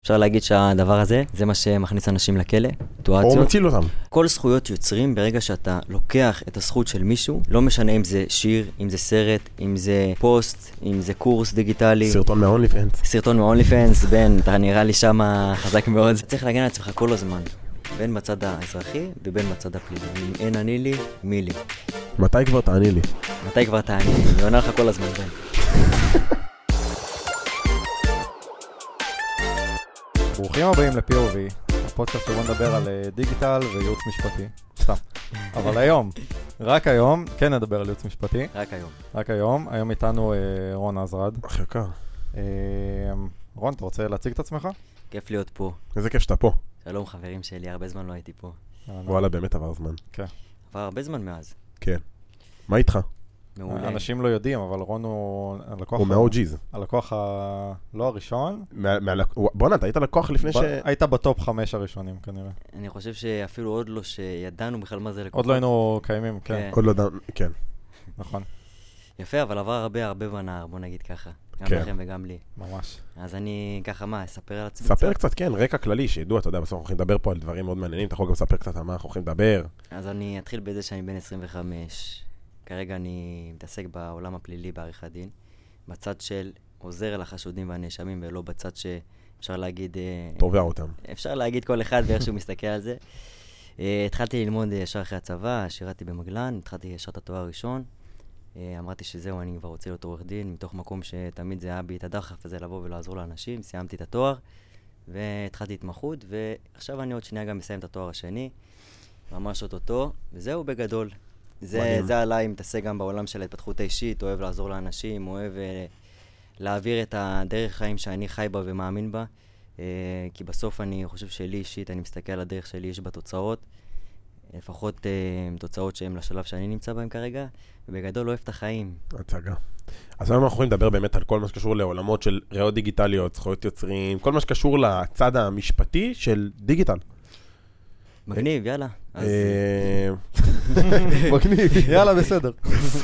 אפשר להגיד שהדבר הזה, זה מה שמכניס אנשים לכלא, סיטואציות. או מציל אותם. כל זכויות יוצרים, ברגע שאתה לוקח את הזכות של מישהו, לא משנה אם זה שיר, אם זה סרט, אם זה פוסט, אם זה קורס דיגיטלי. סרטון מה-OnlyFans. סרטון מה-OnlyFans, בן, אתה נראה לי שמה חזק מאוד. צריך להגן על עצמך כל הזמן, בין בצד האזרחי ובין בצד הפלילי. אם אין אני לי, מי לי. מתי כבר תעני לי? מתי כבר תעני לי? אני עונה לך כל הזמן, בן. ברוכים הבאים ל-POV, הפודקאסט שבו נדבר על דיגיטל וייעוץ משפטי. סתם. אבל היום, רק היום, כן נדבר על ייעוץ משפטי. רק היום. היום איתנו רון עזרד. אחי יקר. רון, אתה רוצה להציג את עצמך? כיף להיות פה. איזה כיף שאתה פה. שלום חברים שלי, הרבה זמן לא הייתי פה. וואלה, באמת עבר זמן. כן. עבר הרבה זמן מאז. כן. מה איתך? מעולה. אנשים לא יודעים, אבל רון הוא הלקוח... הוא מה-OGs. הלקוח לא הראשון. בוא'נה, אתה היית לקוח לפני ש... היית בטופ 5 הראשונים כנראה. אני חושב שאפילו עוד לא שידענו בכלל מה זה לקוחות. עוד לא היינו קיימים, כן. עוד לא ידענו, כן. נכון. יפה, אבל עבר הרבה בנהר, בוא נגיד ככה. גם כן. לכם וגם לי. ממש. אז אני ככה מה, אספר על עצמי ספר קצת, כן, רקע כללי, שידעו, אתה יודע, בסוף אנחנו הולכים לדבר פה על דברים מאוד מעניינים, אתה יכול גם לספר קצת על מה אנחנו הולכים לדבר. אז אני אתחיל בזה שאני בן 25. כרגע אני מתעסק בעולם הפלילי בעריכת דין, בצד של עוזר לחשודים והנאשמים, ולא בצד שאפשר להגיד... תובע אותם. אפשר להגיד כל אחד ואיך שהוא מסתכל על זה. התחלתי ללמוד ישר אחרי הצבא, שירתי במגלן, התחלתי ישר את התואר הראשון. אמרתי שזהו, אני כבר רוצה להיות עורך דין, מתוך מקום שתמיד זה היה בי את הדחף הזה לבוא ולעזור לאנשים. סיימתי את התואר, והתחלתי התמחות, ועכשיו אני עוד שנייה גם מסיים את התואר השני, ממש אותו, וזהו בגדול. זה עליי, מתעסק גם בעולם של ההתפתחות האישית, אוהב לעזור לאנשים, אוהב להעביר את הדרך חיים שאני חי בה ומאמין בה, כי בסוף אני חושב שלי אישית, אני מסתכל על הדרך שלי, יש בה תוצאות, לפחות תוצאות שהן לשלב שאני נמצא בהם כרגע, ובגדול אוהב את החיים. הצגה. אז היום אנחנו יכולים לדבר באמת על כל מה שקשור לעולמות של ראיות דיגיטליות, זכויות יוצרים, כל מה שקשור לצד המשפטי של דיגיטל. מגניב, יאללה. מגניב. יאללה, בסדר.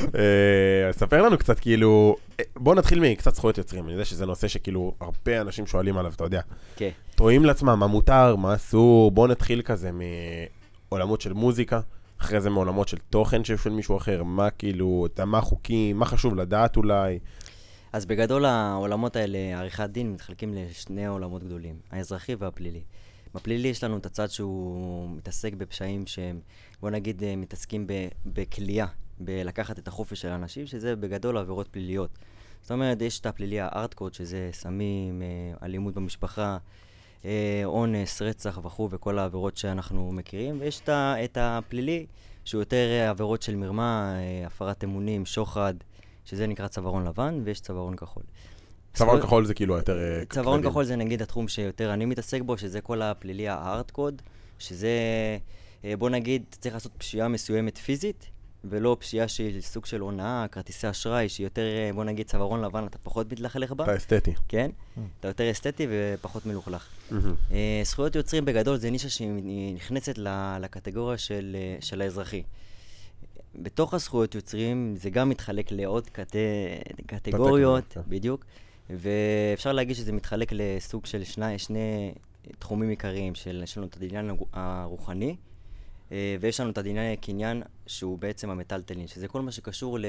ספר לנו קצת, כאילו, בוא נתחיל מקצת זכויות יוצרים. אני יודע שזה נושא שכאילו הרבה אנשים שואלים עליו, אתה יודע. כן. טועים לעצמם, מה מותר, מה אסור, בוא נתחיל כזה מעולמות של מוזיקה, אחרי זה מעולמות של תוכן של מישהו אחר, מה כאילו, מה חוקים, מה חשוב לדעת אולי. אז בגדול העולמות האלה, עריכת דין, מתחלקים לשני עולמות גדולים, האזרחי והפלילי. בפלילי יש לנו את הצד שהוא מתעסק בפשעים שהם, בוא נגיד, מתעסקים בכלייה, בלקחת את החופש של האנשים, שזה בגדול עבירות פליליות. זאת אומרת, יש את הפלילי הארטקוד, שזה סמים, אלימות במשפחה, אונס, רצח וכו' וכל העבירות שאנחנו מכירים, ויש את הפלילי, שהוא יותר עבירות של מרמה, הפרת אמונים, שוחד, שזה נקרא צווארון לבן, ויש צווארון כחול. צווארון כחול זה כאילו יותר... צווארון כחול זה נגיד התחום שיותר אני מתעסק בו, שזה כל הפלילי הארטקוד, שזה, בוא נגיד, צריך לעשות פשיעה מסוימת פיזית, ולא פשיעה של סוג של הונאה, כרטיסי אשראי, שהיא יותר, בוא נגיד, צווארון לבן, אתה פחות מתלכלך בה. אתה אסתטי. כן? אתה יותר אסתטי ופחות מלוכלך. זכויות יוצרים בגדול זה נישה שהיא נכנסת לקטגוריה של האזרחי. בתוך הזכויות יוצרים זה גם מתחלק לעוד קטגוריות, בדיוק. ואפשר להגיד שזה מתחלק לסוג של שני תחומים עיקריים, יש לנו את העניין הרוחני, ויש לנו את העניין הקניין שהוא בעצם המטלטלין, שזה כל מה שקשור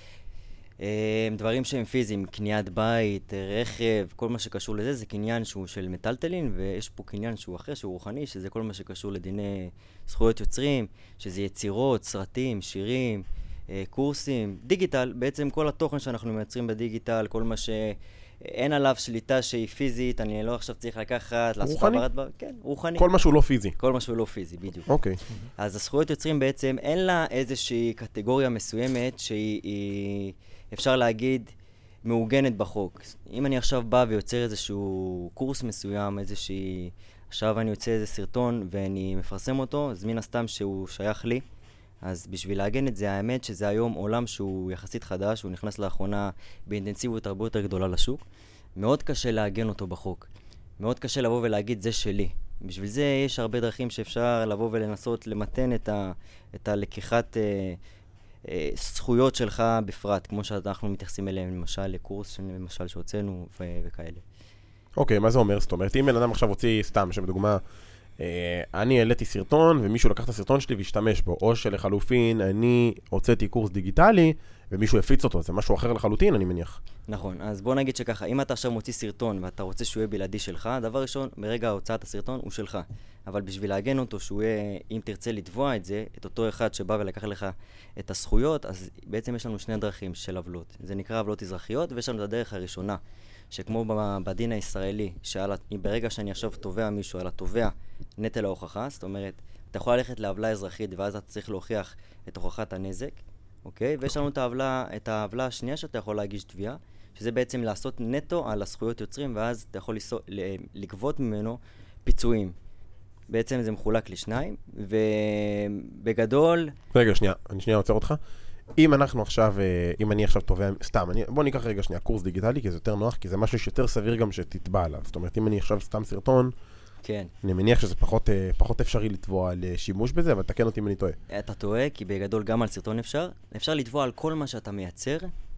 לדברים שהם פיזיים, קניית בית, רכב, כל מה שקשור לזה, זה קניין שהוא של מטלטלין, ויש פה קניין שהוא אחר, שהוא רוחני, שזה כל מה שקשור לדיני זכויות יוצרים, שזה יצירות, סרטים, שירים, קורסים, דיגיטל, בעצם כל התוכן שאנחנו מייצרים בדיגיטל, כל מה שאין עליו שליטה שהיא פיזית, אני לא עכשיו צריך לקחת, לעשות עברת בה, כן, רוחני. כל משהו לא פיזי. כל משהו לא פיזי, בדיוק. אוקיי. אז הזכויות יוצרים בעצם, אין לה איזושהי קטגוריה מסוימת שהיא, אפשר להגיד, מעוגנת בחוק. אם אני עכשיו בא ויוצר איזשהו קורס מסוים, עכשיו אני יוצא איזה סרטון ואני מפרסם אותו, אז מן הסתם שהוא שייך לי, אז בשביל להגן את זה, האמת שזה היום עולם שהוא יחסית חדש, הוא נכנס לאחרונה באינטנסיביות הרבה יותר גדולה לשוק. מאוד קשה להגן אותו בחוק. מאוד קשה לבוא ולהגיד זה שלי. בשביל זה יש הרבה דרכים שאפשר לבוא ולנסות למתן את הלקיחת זכויות שלך בפרט, כמו שאנחנו מתייחסים אליהם, למשל לקורס למשל שהוצאנו וכאלה. אוקיי, מה זה אומר? זאת אומרת, אם בן אדם עכשיו הוציא סתם, שבדוגמה, אני העליתי סרטון, ומישהו לקח את הסרטון שלי והשתמש בו, או שלחלופין, אני הוצאתי קורס דיגיטלי, ומישהו הפיץ אותו, זה משהו אחר לחלוטין, אני מניח. נכון, אז בוא נגיד שככה, אם אתה עכשיו מוציא סרטון, ואתה רוצה שהוא יהיה בלעדי שלך, דבר ראשון, ברגע הוצאת הסרטון הוא שלך. אבל בשביל להגן אותו, שהוא יהיה, אם תרצה לתבוע את זה, את אותו אחד שבא ולקח לך את הזכויות, אז בעצם יש לנו שני דרכים של עוולות. זה נקרא עוולות אזרחיות, ויש לנו את הדרך הראשונה, שכמו בדין הישראלי, ברגע שאני עכשיו תובע מישהו על התובע נטל ההוכחה, זאת אומרת, אתה יכול ללכת לעוולה אזרחית, ואז אתה צריך להוכיח את הוכחת הנזק, אוקיי? ויש לנו את העוולה השנייה שאתה יכול להגיש תביעה, שזה בעצם לעשות נטו על הזכויות יוצרים, ואז אתה יכול לגבות ממנו פיצויים. בעצם זה מחולק לשניים, ובגדול... רגע, שנייה, אני שנייה עוצר אותך. אם אני עכשיו תובע, סתם, בוא ניקח רגע שנייה קורס דיגיטלי, כי זה יותר נוח, כי זה משהו שיותר סביר גם שתתבע עליו. זאת אומרת, אם אני עכשיו סתם סרטון, כן. אני מניח שזה פחות אפשרי לתבוע על שימוש בזה, אבל תקן אותי אם אני טועה. אתה טועה, כי בגדול גם על סרטון אפשר לתבוע על כל מה שאתה מייצר,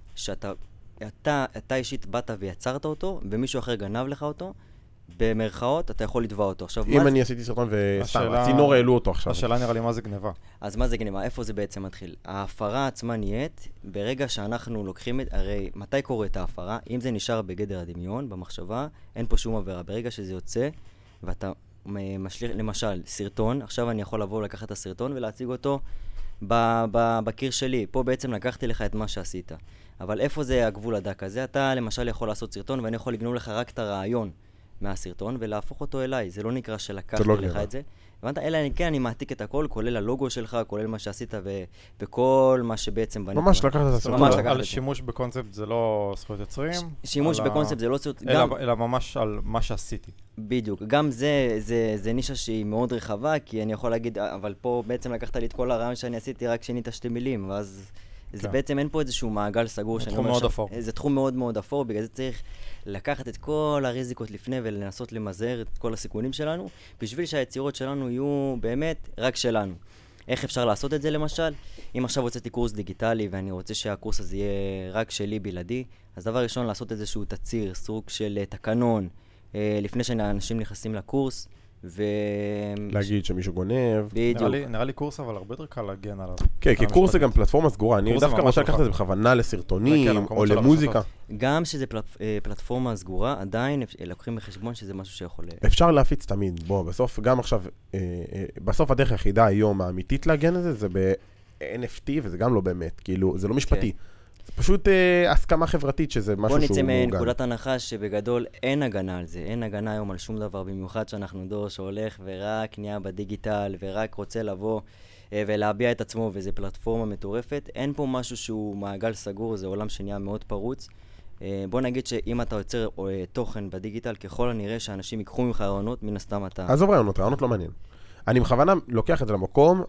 אתה אישית באת ויצרת אותו, ומישהו אחר גנב לך אותו, במרכאות, אתה יכול לתבוע אותו. עכשיו, אם אני עשיתי סרטון וסתם, הצינור העלו אותו עכשיו. השאלה נראה לי מה זה גניבה. אז מה זה גניבה? איפה זה בעצם מתחיל? ההפרה עצמה נהיית, ברגע שאנחנו לוקחים הרי מתי קורית ההפרה? אם זה נשאר בגדר הדמיון, במחשבה, אין פה שום עבירה. ברגע שזה יוצא, ואתה משליך, למשל, סרטון, עכשיו אני יכול לבוא לקחת את הסרטון ולהציג אותו בקיר שלי. פה בעצם לקחתי לך את מה שעשית. אבל איפה זה הגבול הדק הזה? אתה למשל יכול לעשות סרטון ואני יכול לגנוב לך רק את הרעיון מהסרטון ולהפוך אותו אליי. זה לא נקרא שלקחתי לך את זה. הבנת? אלא כן, אני מעתיק את הכל, כולל הלוגו שלך, כולל מה שעשית וכל מה שבעצם בנית. ממש לקחת את הסרטון. על שימוש בקונספט זה לא זכויות יוצרים. שימוש בקונספט זה לא זכויות... אלא ממש על מה שעשיתי. בדיוק. גם זה נישה שהיא מאוד רחבה, כי אני יכול להגיד, אבל פה בעצם לקחת לי את כל הרעיון שאני עשיתי, רק שנית שתי מילים, ואז... זה בעצם אין פה איזשהו מעגל סגור. זה תחום מאוד אפור. זה תחום מאוד מאוד אפור, בגלל זה צריך לקחת את כל הריזיקות לפני ולנסות למזער את כל הסיכונים שלנו, בשביל שהיצירות שלנו יהיו באמת רק שלנו. איך אפשר לעשות את זה למשל? אם עכשיו הוצאתי קורס דיגיטלי ואני רוצה שהקורס הזה יהיה רק שלי בלעדי, אז דבר ראשון לעשות איזשהו תצהיר, סוג של תקנון, לפני שאנשים נכנסים לקורס, להגיד שמישהו גונב. נראה לי קורס, אבל הרבה יותר קל להגן עליו. כן, כי קורס זה גם פלטפורמה סגורה. אני דווקא רוצה לקחת את זה בכוונה לסרטונים או למוזיקה. גם שזה פלטפורמה סגורה, עדיין לוקחים בחשבון שזה משהו שיכול... אפשר להפיץ תמיד. בוא, בסוף, גם עכשיו, בסוף הדרך היחידה היום האמיתית להגן את זה, זה ב-NFT, וזה גם לא באמת. כאילו, זה לא משפטי. זה פשוט הסכמה חברתית שזה משהו שהוא בוא נצא מנקודת הנחה שבגדול אין הגנה על זה, אין הגנה היום על שום דבר, במיוחד שאנחנו דור שהולך ורק נהיה בדיגיטל ורק רוצה לבוא ולהביע את עצמו, וזה פלטפורמה מטורפת. אין פה משהו שהוא מעגל סגור, זה עולם שנהיה מאוד פרוץ. בוא נגיד שאם אתה יוצר תוכן בדיגיטל, ככל הנראה שאנשים ייקחו ממך רעיונות, מן הסתם אתה... עזוב רעיונות לא מעניין. אני בכוונה לוקח את זה למקום,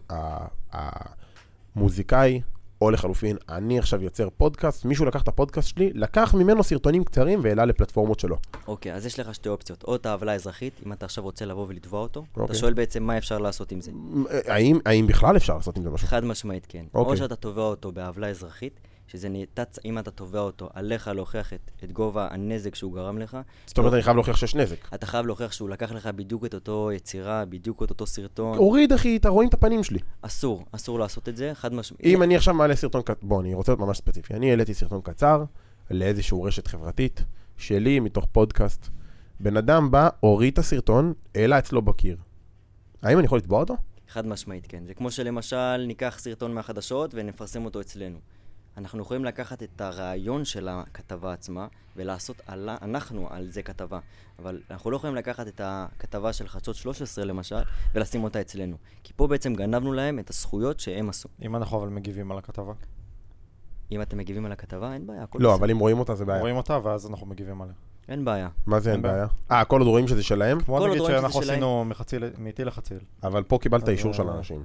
המוזיקאי, או לחלופין, אני עכשיו יוצר פודקאסט, מישהו לקח את הפודקאסט שלי, לקח ממנו סרטונים קצרים והעלה לפלטפורמות שלו. אוקיי, אז יש לך שתי אופציות. או את העוולה האזרחית, אם אתה עכשיו רוצה לבוא ולתבוע אותו, אתה שואל בעצם מה אפשר לעשות עם זה. האם בכלל אפשר לעשות עם זה משהו? חד משמעית, כן. או שאתה תובע אותו בעוולה אזרחית, שזה אם אתה תובע אותו, עליך להוכיח את גובה הנזק שהוא גרם לך. זאת אומרת, אני חייב להוכיח שיש נזק. אתה חייב להוכיח שהוא לקח לך בדיוק את אותו יצירה, בדיוק את אותו סרטון. הוריד, אחי, אתה רואים את הפנים שלי. אסור לעשות את זה, חד משמעית. אם אני עכשיו מעלה סרטון, בוא, אני רוצה להיות ממש ספציפי. אני העליתי סרטון קצר לאיזשהו רשת חברתית שלי מתוך פודקאסט. בן אדם בא, הוריד את הסרטון, העלה אצלו בקיר. האם אני יכול לתבוע אותו? חד משמעית, כן. זה כמו שלמשל ניקח סרטון מהחדשות ונפרסם אותו אצלנו. אנחנו יכולים לקחת את הרעיון של הכתבה עצמה ולעשות אנחנו על זה כתבה, אבל אנחנו לא יכולים לקחת את הכתבה של חדשות 13 למשל ולשים אותה אצלנו, כי פה בעצם גנבנו להם את הזכויות שהם עשו. אם אנחנו אבל מגיבים על הכתבה? אם אתם מגיבים על הכתבה, אין בעיה. לא, אבל אם רואים אותה זה בעיה. רואים אותה ואז אנחנו מגיבים עליה. אין בעיה. מה זה אין בעיה? כל עוד רואים שזה שלהם? כמו נגיד שאנחנו עשינו מאיתי לחציל. אבל פה קיבלת אישור של האנשים.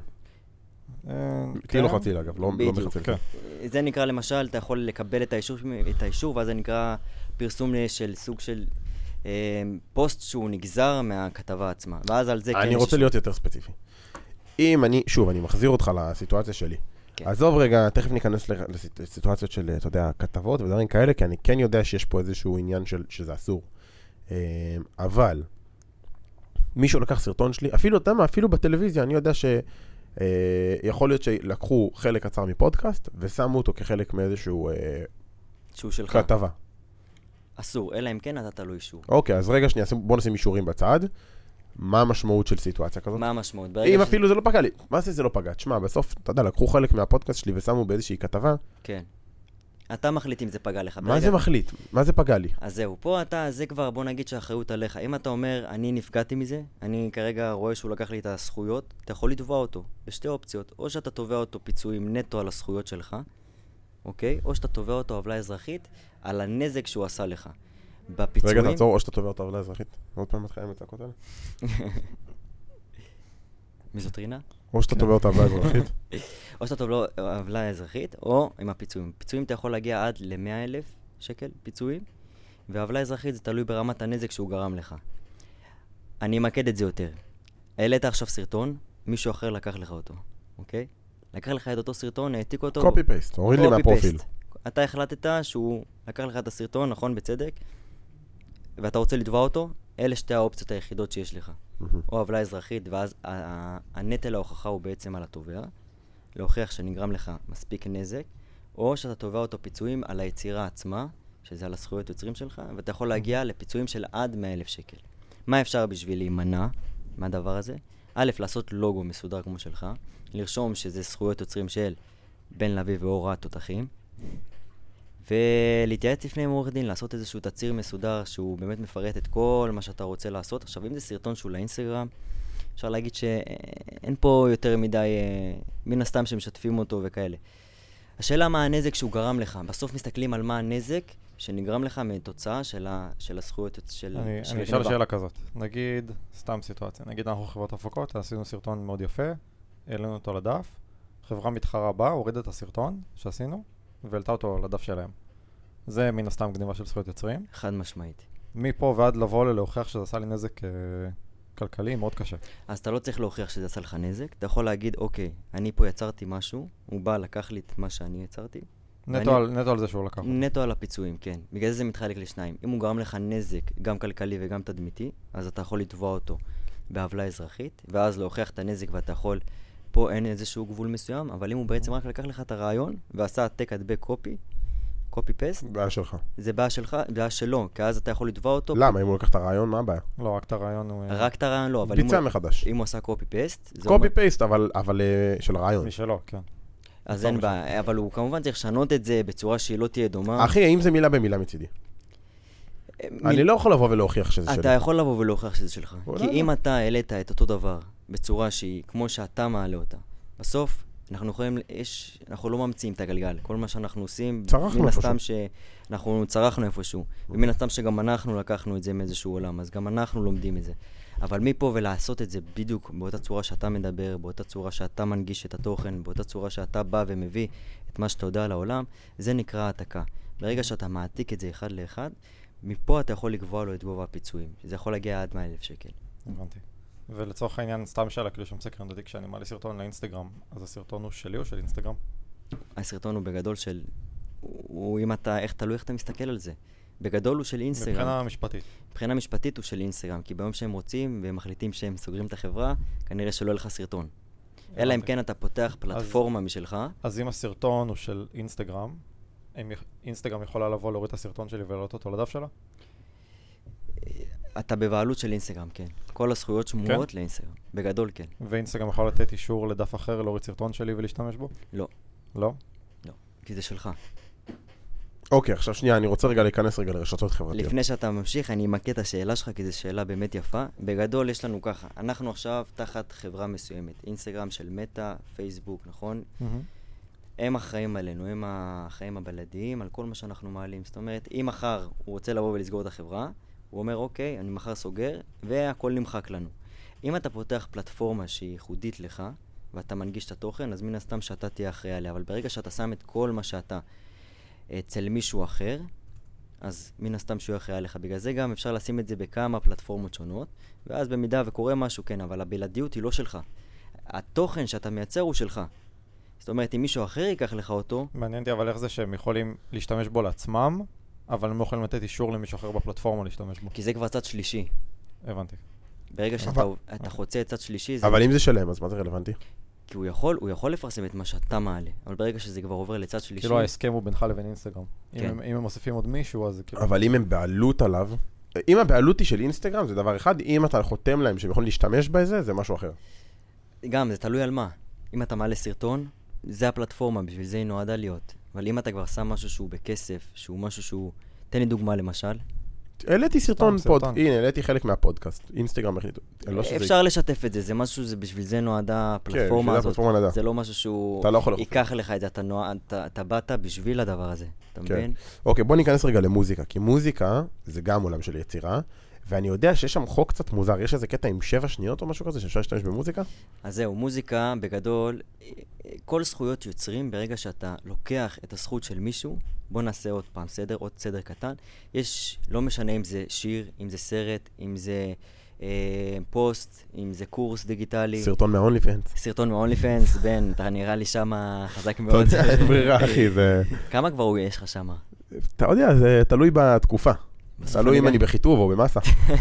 כאילו חציל אגב, לא מרצל. זה נקרא למשל, אתה יכול לקבל את האישור, ואז זה נקרא פרסום של סוג של פוסט שהוא נגזר מהכתבה עצמה, ואז על זה כן... אני רוצה להיות יותר ספציפי. אם אני, שוב, אני מחזיר אותך לסיטואציה שלי. עזוב רגע, תכף ניכנס לסיטואציות של, אתה יודע, כתבות ודברים כאלה, כי אני כן יודע שיש פה איזשהו עניין שזה אסור. אבל מישהו לקח סרטון שלי, אפילו בטלוויזיה, אני יודע שיכול להיות שלקחו חלק קצר מפודקאסט, ושמו אותו כחלק מאיזשהו שהוא שלך. כתבה. אסור, אלא אם כן נתת לו אישור. אוקיי, אז רגע שנייה, בוא נשים אישורים בצד. מה המשמעות של סיטואציה כזאת? מה המשמעות? אם אפילו זה לא פגע לי. מה זה לא פגע? תשמע, בסוף, אתה יודע, לקחו חלק מהפודקאסט שלי ושמו באיזושהי כתבה. כן. אתה מחליט אם זה פגע לך. מה זה מחליט? מה זה פגע לי? אז זהו, פה זה כבר, בוא נגיד שהאחריות עליך. אם אתה אומר, אני נפגעתי מזה, אני כרגע רואה שהוא לקח לי את הזכויות, אתה יכול לתבוע אותו בשתי אופציות. או שאתה תובע אותו פיצויים נטו על הזכויות שלך, אוקיי? או שאתה תובע אותו עוולה אזרחית על הנזק שהוא עשה לך. בפיצויים... רגע, תעצור, או שאתה תובע אותו עוולה אזרחית. עוד פעם מתחילים את הצעקות האלה. מיזוטרינה? או שאתה תובע אותה עוולה אזרחית. או שאתה תובע עוולה אזרחית, או עם הפיצויים. פיצויים אתה יכול להגיע עד ל-100,000 שקל פיצויים, והעוולה אזרחית זה תלוי ברמת הנזק שהוא גרם לך. אני אמקד את זה יותר. העלית עכשיו סרטון, מישהו אחר לקח לך אותו, אוקיי? לקח לך את אותו סרטון, העתיק אותו... קופי פייסט, הוריד לי מהפרופיל. אתה החלטת שהוא לקח לך את הסרטון, נכון, בצדק, ואתה רוצה לתבוע אותו, אלה שתי האופציות היחידות שיש לך. או עוולה אזרחית, ואז הנטל ההוכחה הוא בעצם על התובע, להוכיח שנגרם לך מספיק נזק, או שאתה תובע אותו פיצויים על היצירה עצמה, שזה על הזכויות יוצרים שלך, ואתה יכול להגיע לפיצויים של עד 100,000 שקל. מה אפשר בשביל להימנע מהדבר הזה? א', לעשות לוגו מסודר כמו שלך, לרשום שזה זכויות יוצרים של בן לוי ואורה תותחים, ולהתייעץ לפני עם עורך דין, לעשות איזשהו תצהיר מסודר שהוא באמת מפרט את כל מה שאתה רוצה לעשות. עכשיו, אם זה סרטון שהוא לאינסטגרם, אפשר להגיד שאין פה יותר מדי, מן הסתם שמשתפים אותו וכאלה. השאלה מה הנזק שהוא גרם לך. בסוף מסתכלים על מה הנזק שנגרם לך מתוצאה של הזכויות של... אני אשאל שאלה כזאת. נגיד, סתם סיטואציה. נגיד אנחנו חברות הפקות, עשינו סרטון מאוד יפה, העלינו אותו לדף, חברה מתחרה באה, הורידה את הסרטון שעשינו, והעלתה אותו לדף שלהם. זה מן הסתם גניבה של זכויות יוצרים. חד משמעית. מפה ועד לבוא להוכיח שזה עשה לי נזק כלכלי מאוד קשה. אז אתה לא צריך להוכיח שזה עשה לך נזק, אתה יכול להגיד, אוקיי, אני פה יצרתי משהו, הוא בא לקח לי את מה שאני יצרתי. נטו על זה שהוא לקח. נטו על הפיצויים, כן. בגלל זה מתחלק לשניים. אם הוא גרם לך נזק, גם כלכלי וגם תדמיתי, אז אתה יכול לתבוע אותו בעוולה אזרחית, ואז להוכיח את הנזק ואתה יכול... פה אין איזשהו גבול מסוים, אבל אם הוא בעצם רק לקח לך את הרעיון ועשה העתק הדבק קופי פסט, בעיה שלך. זה בעיה שלך, בעיה שלו, כי אז אתה יכול לתבוע אותו. למה? אם הוא לקח את הרעיון, מה הבעיה? לא, רק את הרעיון הוא... רק את הרעיון לא, אבל ביצע מחדש. אם הוא עשה קופי פסט... קופי פסט, אבל של הרעיון. משלו, כן. אז אין בעיה, אבל הוא כמובן צריך לשנות את זה בצורה שהיא לא תהיה דומה. אחי, האם זה מילה במילה מצידי? אני לא יכול לבוא ולהוכיח שזה שלי. אתה יכול לבוא ולהוכיח שזה שלך. כי אם אתה העלית את אותו דבר בצורה שהיא כמו שאתה מעלה אותה, בסוף אנחנו יכולים, אנחנו לא ממציאים את הגלגל. כל מה שאנחנו עושים, מן הסתם שאנחנו צרכנו איפשהו, ומן הסתם שגם אנחנו לקחנו את זה מאיזשהו עולם, אז גם אנחנו לומדים את זה. אבל מפה ולעשות את זה בדיוק באותה צורה שאתה מדבר, באותה צורה שאתה מנגיש את התוכן, באותה צורה שאתה בא ומביא את מה שאתה יודע לעולם, זה נקרא העתקה. ברגע שאתה מעתיק את זה אחד לאחד, מפה אתה יכול לקבוע לו את גובה הפיצויים. זה יכול להגיע עד 100,000 שקל. הבנתי. ולצורך העניין, סתם שאלה, כאילו שם סקר נדדי, כשאני מעלה סרטון לאינסטגרם, אז הסרטון הוא שלי או של אינסטגרם? הסרטון הוא בגדול של... אם אתה, תלוי איך אתה מסתכל על זה. בגדול הוא של אינסטגרם. מבחינה משפטית. מבחינה משפטית הוא של אינסטגרם, כי ביום שהם רוצים והם מחליטים שהם סוגרים את החברה, כנראה שלא יהיה לך סרטון. אלא אם כן אתה פותח פלטפורמה משלך. אז אם הסרטון הוא של אינסטגרם, אינסטגרם יכולה לבוא להוריד את הסרטון שלי ולהעלות אותו לדף שלה? אתה בבעלות של אינסטגרם, כן. כל הזכויות שמורות לאינסטגרם. בגדול, כן. ואינסטגרם יכול לתת אישור לדף אחר להוריד סרטון שלי ולהשתמש בו? לא. לא? לא, כי זה שלך. אוקיי, עכשיו שנייה, אני רוצה להיכנס לרשתות חברתיות. לפני שאתה ממשיך, אני אמקד את השאלה שלך, כי זו שאלה באמת יפה. בגדול יש לנו ככה, אנחנו עכשיו תחת חברה מסוימת, אינסטגרם של מטא, פייסבוק, נכון? הם אחראים עלינו, הם האחראים הבלעדיים על כל מה שאנחנו מעלים. זאת אומרת, אם מחר הוא רוצה לבוא ולסגור את החברה, הוא אומר, אוקיי, אני מחר סוגר, והכל נמחק לנו. אם אתה פותח פלטפורמה שהיא ייחודית לך, ואתה מנגיש את התוכן, אז מן הסתם שאתה תהיה אחראי עליה. אבל ברגע שאתה שם את כל מה שאתה אצל מישהו אחר, אז מן הסתם שהוא אחראי עליך. בגלל זה גם אפשר לשים את זה בכמה פלטפורמות שונות, ואז במידה וקורה משהו, כן, אבל הבלעדיות היא לא שלך. התוכן שאתה מייצר הוא שלך. זאת אומרת, אם מישהו אחר ייקח לך אותו... מעניין אותי, אבל איך זה שהם יכולים להשתמש בו לעצמם, אבל הם לא יכולים לתת אישור למישהו אחר בפלטפורמה להשתמש בו. כי זה כבר צד שלישי. הבנתי. ברגע שאתה חוצה צד שלישי... אבל אם זה שלם, אז מה זה רלוונטי? כי הוא יכול לפרסם את מה שאתה מעלה, אבל ברגע שזה כבר עובר לצד שלישי... כאילו ההסכם הוא בינך לבין אינסטגרם. אם הם מוסיפים עוד מישהו, אז כאילו... אבל אם הם בעלות עליו, אם הבעלות היא של אינסטגרם, זה דבר אחד, אם אתה חותם להם שהם יכולים להשתמש בזה, זה משהו אחר. גם, זה תלוי על מה. אם אתה מעלה סרטון, זה הפלטפורמה, בשביל זה היא נועדה להיות. אבל אם אתה כבר שם משהו שהוא בכסף, שהוא משהו שהוא... תן לי דוגמה למשל. העליתי סרטון הנה, העליתי חלק מהפודקאסט. אינסטגרם החליטו. אפשר לשתף את זה, זה משהו, בשביל זה נועדה הפלטפורמה הזאת. זה לא משהו שהוא ייקח לך את זה, אתה באת בשביל הדבר הזה, אתה מבין? אוקיי, בוא ניכנס רגע למוזיקה, כי מוזיקה זה גם עולם של יצירה, ואני יודע שיש שם חוק קצת מוזר, יש איזה קטע עם 7 שניות או משהו כזה שאפשר להשתמש במוזיקה? אז זהו, מוזיקה בגדול, כל זכויות יוצרים, ברגע שאתה לוקח את הזכות של מישהו, בוא נעשה עוד פעם סדר, עוד סדר קטן, יש, לא משנה אם זה שיר, אם זה סרט, אם זה פוסט, אם זה קורס דיגיטלי. סרטון מהאונליפנס. סרטון מהאונליפנס, בן, אתה נראה לי שמה חזק מאוד. אתה יודע, אין ברירה, אחי, זה... כמה כבר יש לך שמה? אתה יודע, זה תלוי בתקופה. תלוי אם אני בחיטוב או במסה.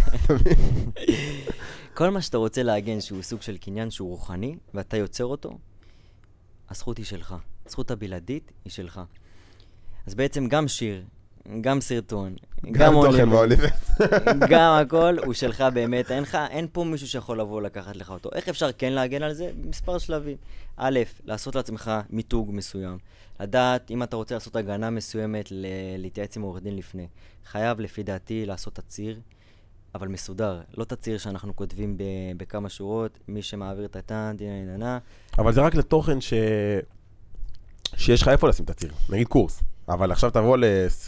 כל מה שאתה רוצה להגן שהוא סוג של קניין שהוא רוחני, ואתה יוצר אותו, הזכות היא שלך. הזכות הבלעדית היא שלך. אז בעצם גם שיר, גם סרטון, גם תוכן באוליפנס. גם הכל הוא שלך באמת. אין פה מישהו שיכול לבוא לקחת לך אותו. איך אפשר כן להגן על זה? במספר שלבים. א', לעשות לעצמך מיתוג מסוים. לדעת, אם אתה רוצה לעשות הגנה מסוימת, להתייעץ עם עורך דין לפני. חייב, לפי דעתי, לעשות תצהיר, אבל מסודר. לא תצהיר שאנחנו כותבים בכמה שורות, מי שמעביר את הטען, דיננה. אבל זה רק לתוכן שיש לך איפה לשים תצהיר. נגיד קורס. אבל עכשיו תבוא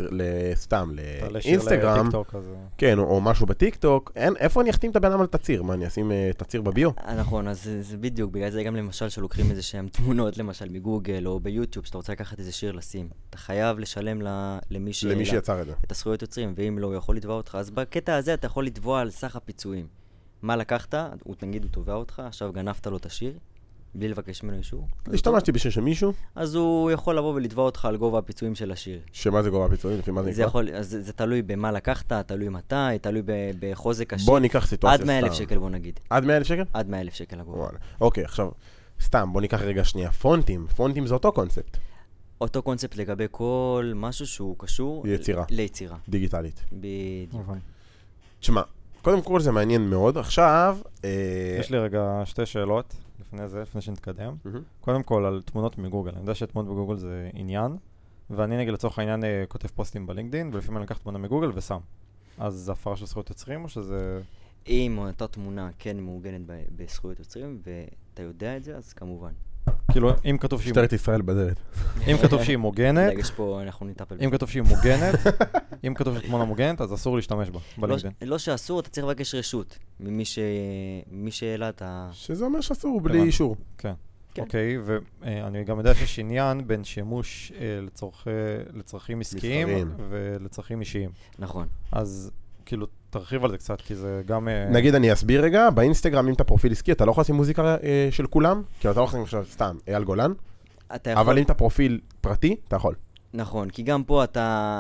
סתם לאינסטגרם, כן, או משהו בטיקטוק, איפה אני אחתים את הבן אדם על תצהיר? מה, אני אשים תצהיר בביו? נכון, אז זה בדיוק, בגלל זה גם למשל שלוקחים איזה שהם תמונות, למשל מגוגל או ביוטיוב, שאתה רוצה לקחת איזה שיר לשים. אתה חייב לשלם למי שיצר את זה. את הזכויות יוצרים, ואם לא, הוא יכול לתבוע אותך. אז בקטע הזה אתה יכול לתבוע על סך הפיצויים. מה לקחת? נגיד הוא תובע אותך, עכשיו גנבת לו את השיר. בלי לבקש ממנו אישור. השתמשתי בשיר של מישהו. אז הוא יכול לבוא ולתבוע אותך על גובה הפיצויים של השיר. שמה זה גובה הפיצויים? לפי מה זה נקרא? זה תלוי במה לקחת, תלוי מתי, תלוי בחוזק השיר. בוא ניקח סיטואציה סתם. עד 100,000 שקל בוא נגיד. עד 100,000 שקל? עד 100,000 שקל הגובה. אוקיי, עכשיו, סתם, בוא ניקח רגע שנייה. פונטים זה אותו קונספט. אותו קונספט לגבי כל משהו שהוא קשור ליצירה. דיגיטלית. בדיוק. תשמע, קודם כל זה מעניין מאוד. עכשיו... יש לי רגע 2 שאלות. לפני שנתקדם. קודם כל, על תמונות מגוגל. אני יודע שתמונות בגוגל זה עניין, ואני נגיד לצורך העניין כותב פוסטים בלינקדין, ולפעמים אני לקח תמונה מגוגל ושם. אז זה הפרה של זכויות יוצרים, או שזה... אם אותה תמונה כן מעוגנת בזכויות יוצרים, ואתה יודע את זה, אז כמובן. כאילו, אם כתוב שהיא... משטרת ישראל בדלת. אם כתוב שהיא מוגנת... יש פה, אנחנו נטפל. אם כתוב שהיא מוגנת, אם כתוב שתמונה מוגנת, אז אסור להשתמש בה, בלינקדין. לא שאסור, אתה צריך לבקש רשות ממי שהעלה את ה... שזה אומר שאסור, בלי אישור. כן. אוקיי, ואני גם יודע שיש עניין בין שימוש לצרכים עסקיים ולצרכים אישיים. נכון. אז כאילו, תרחיב על זה קצת, כי זה גם... נגיד, אני אסביר רגע, באינסטגרם, אם אתה פרופיל עסקי, אתה לא יכול לשים מוזיקה של כולם, כי אתה לא יכול לשים סתם, אייל גולן, אבל אם אתה פרופיל פרטי, אתה יכול. נכון, כי גם פה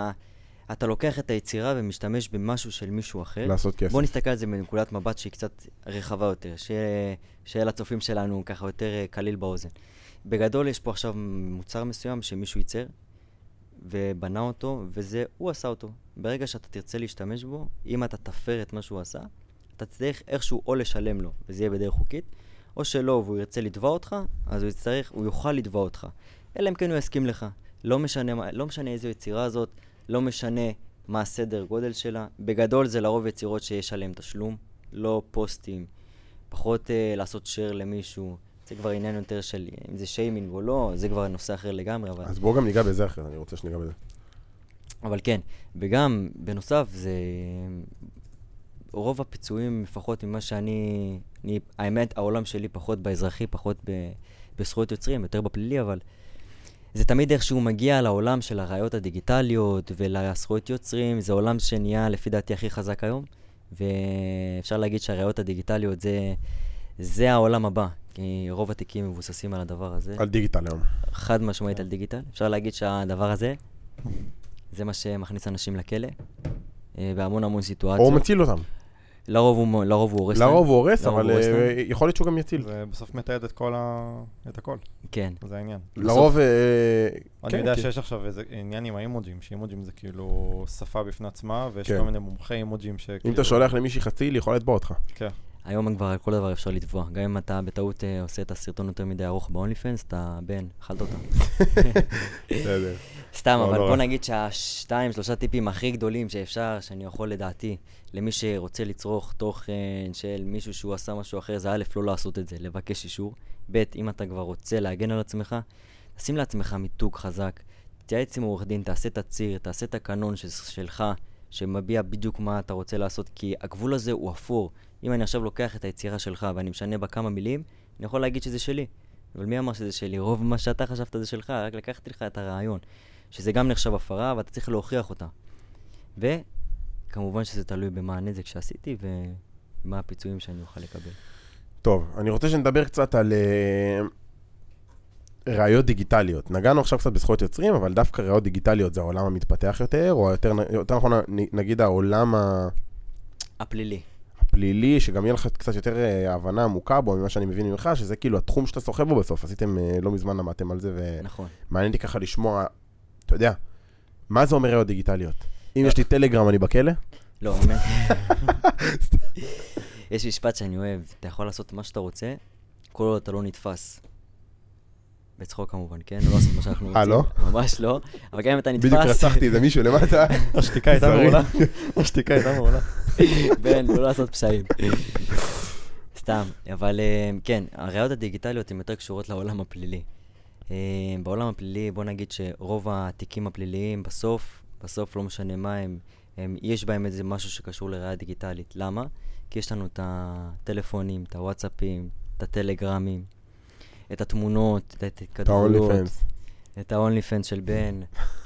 אתה לוקח את היצירה ומשתמש במשהו של מישהו אחר. לעשות כסף. בוא נסתכל על זה מנקודת מבט שהיא קצת רחבה יותר, שיהיה לצופים שלנו ככה יותר קליל באוזן. בגדול יש פה עכשיו מוצר מסוים שמישהו ייצר, ובנה אותו, וזה הוא עשה אותו. ברגע שאתה תרצה להשתמש בו, אם אתה תפר את מה שהוא עשה, אתה צריך איכשהו או לשלם לו, וזה יהיה בדרך חוקית, או שלא, והוא ירצה לתבוע אותך, אז הוא יוכל לתבוע אותך. אלא אם כן הוא יסכים לך. לא משנה איזו יצירה הזאת, לא משנה מה הסדר גודל שלה. בגדול זה לרוב יצירות שיש עליהם תשלום, לא פוסטים, פחות לעשות share למישהו. זה כבר עניין יותר של אם זה שיימינג או לא, זה כבר נושא אחר לגמרי. אבל... אז בואו גם ניגע בזה אחר, אני רוצה שניגע בזה. אבל כן, וגם בנוסף זה רוב הפיצויים, לפחות ממה שאני האמת, העולם שלי פחות באזרחי, פחות בזכויות יוצרים, יותר בפלילי, אבל זה תמיד איך שהוא מגיע לעולם של הראיות הדיגיטליות ולזכויות יוצרים, זה עולם שנהיה לפי דעתי הכי חזק היום, ואפשר להגיד שהראיות הדיגיטליות זה העולם הבא, כי רוב התיקים מבוססים על הדבר הזה. על דיגיטל היום. חד משמעית על דיגיטל. אפשר להגיד שהדבר הזה זה מה שמכניס אנשים לכלא, בהמון סיטואציות. או מציל אותם. לרוב הוא הורס. לרוב הוא הורס, אבל יכול להיות שהוא גם יציל. זה בסוף מתעד את הכל. כן. זה העניין. לרוב... אני יודע שיש עכשיו איזה עניין עם האימוג'ים, שאימוג'ים זה כאילו שפה בפני עצמה, ויש כל מיני מומחי אימוג'ים שכאילו... אם אתה שולח למישהי חציל, יכול לתבוע אותך. כן. היום כבר על כל דבר אפשר לתבוע. גם אם אתה בטעות עושה את הסרטון יותר מדי ארוך ב-OnlyFans, אתה אכלת אותה. בסדר. סתם, אבל בוא נגיד שה2-3 טיפים הכי גדולים שאפשר, שאני יכול לדעתי, למי שרוצה לצרוך תוכן של מישהו שהוא עשה משהו אחר, זה א', לא לעשות את זה, לבקש אישור. ב', אם אתה כבר רוצה להגן על עצמך, תשים לעצמך מיתוג חזק, תתייעץ עם עורך דין, תעשה תצהיר, תעשה את הקנון שלך, שמביע בדיוק מה אתה רוצה לעשות, כי הגבול הזה הוא אפור. אם אני עכשיו לוקח את היצירה שלך ואני משנה בה כמה מילים, אני יכול להגיד שזה שלי. אבל מי אמר שזה שלי? רוב מה שאתה חשבת זה שלך, רק לקחתי לך את הרעיון. שזה גם נחשב הפרה, ואתה צריך להוכיח אותה. וכמובן שזה תלוי במה הנזק שעשיתי, ומה הפיצויים שאני אוכל לקבל. טוב, אני רוצה שנדבר קצת על ראיות דיגיטליות. נגענו עכשיו קצת בזכויות יוצרים, אבל דווקא ראיות דיגיטליות זה העולם המתפתח יותר, או יותר נכון נגיד העולם הפלילי, שגם יהיה לך קצת יותר הבנה עמוקה בו, ממה שאני מבין ממך, שזה כאילו התחום שאתה סוחב בו בסוף. עשיתם לא מזמן למדתם על זה, ומעניין לי ככה לשמוע, אתה יודע, מה זה אומר ראיות דיגיטליות? אם יש לי טלגרם, אני בכלא? לא, יש משפט שאני אוהב, אתה יכול לעשות מה שאתה רוצה, כל עוד אתה לא נתפס. בצחוק כמובן, כן? לא לעשות מה שאנחנו רוצים. לא? ממש לא. אבל גם אם אתה נתפס... בדיוק רצחתי איזה מישהו למטה. השתיקה הייתה מעולה. השתיקה הייתה מעולה. בן, לא לעשות פשעים. סתם. אבל כן, הראיות הדיגיטליות הן יותר קשורות לעולם הפלילי. בעולם הפלילי, בוא נגיד שרוב התיקים הפליליים בסוף לא משנה מה יש בהם איזה משהו שקשור לראיה דיגיטלית. למה? כי יש לנו את הטלפונים, את הוואטסאפים, את הטלגרמים, את התמונות, את ההתכתבויות, את ה-OnlyFans של בן.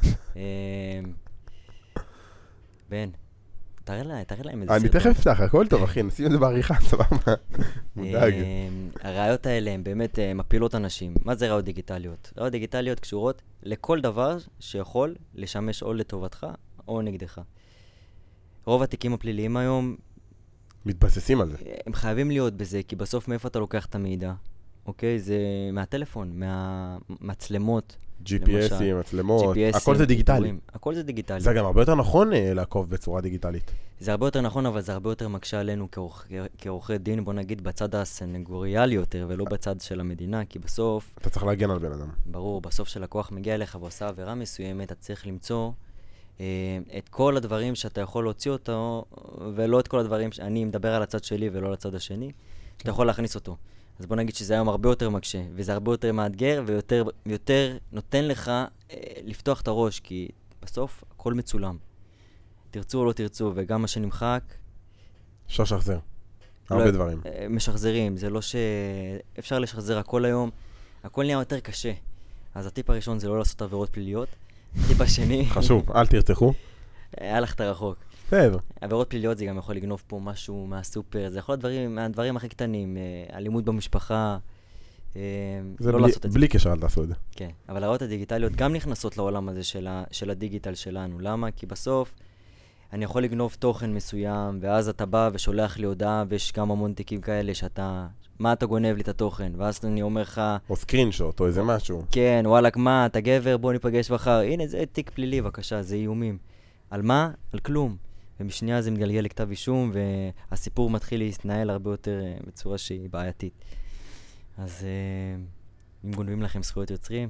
בן, תראה להם איזה סרטון. אני תכף אפתח, הכל טוב אחי, נשים את זה בעריכה, סבבה. מודאג. הראיות האלה הן באמת מפילות אנשים. מה זה ראיות דיגיטליות? ראיות דיגיטליות קשורות לכל דבר שיכול לשמש או לטובתך או נגדך. רוב התיקים הפליליים היום... מתבססים על זה. הם חייבים להיות בזה, כי בסוף מאיפה אתה לוקח את המידע? אוקיי? זה מהטלפון, מהמצלמות. GPSים, מצלמות, הכל זה דיגיטלי. הכל זה דיגיטלי. זה גם הרבה יותר נכון לעקוב בצורה דיגיטלית. זה הרבה יותר נכון, אבל זה הרבה יותר מקשה עלינו כעורכי דין, בוא נגיד, בצד הסנגוריאלי יותר, ולא בצד של המדינה, כי בסוף... אתה צריך להגן על בן אדם. ברור, בסוף שלקוח מגיע אליך ועושה עבירה מסוימת, אתה צריך למצוא את כל הדברים שאתה יכול להוציא אותו, ולא את כל הדברים שאני מדבר על הצד שלי ולא על הצד השני, שאתה יכול להכניס אותו. אז בוא נגיד שזה היום הרבה יותר מקשה, וזה הרבה יותר מאתגר, ויותר נותן לך לפתוח את הראש, כי בסוף הכל מצולם. תרצו או לא תרצו, וגם מה שנמחק... אפשר לשחזר. הרבה דברים. משחזרים, זה לא שאפשר לשחזר הכל היום, הכל נהיה יותר קשה. אז הטיפ הראשון זה לא לעשות עבירות פליליות. הטיפ השני... חשוב, אל תרצחו. הלכת רחוק. בסדר. עבירות פליליות זה גם יכול לגנוב פה משהו מהסופר, זה יכול להיות מהדברים הכי קטנים, אלימות במשפחה, לא לעשות את זה. בלי קשר אל תעשו את זה. כן, אבל הראיות הדיגיטליות גם נכנסות לעולם הזה של הדיגיטל שלנו. למה? כי בסוף אני יכול לגנוב תוכן מסוים, ואז אתה בא ושולח לי הודעה, ויש גם המון תיקים כאלה שאתה... מה אתה גונב לי את התוכן? ואז אני אומר לך... או סקרינשוט, או איזה משהו. כן, וואלק, מה, אתה גבר, בוא ניפגש מחר. הנה, זה תיק פלילי, בבקשה, זה איומים. על מה? על כלום. ומשנייה זה מתגלגל לכתב אישום, והסיפור מתחיל להתנהל הרבה יותר בצורה שהיא בעייתית. אז אם גונבים לכם זכויות יוצרים,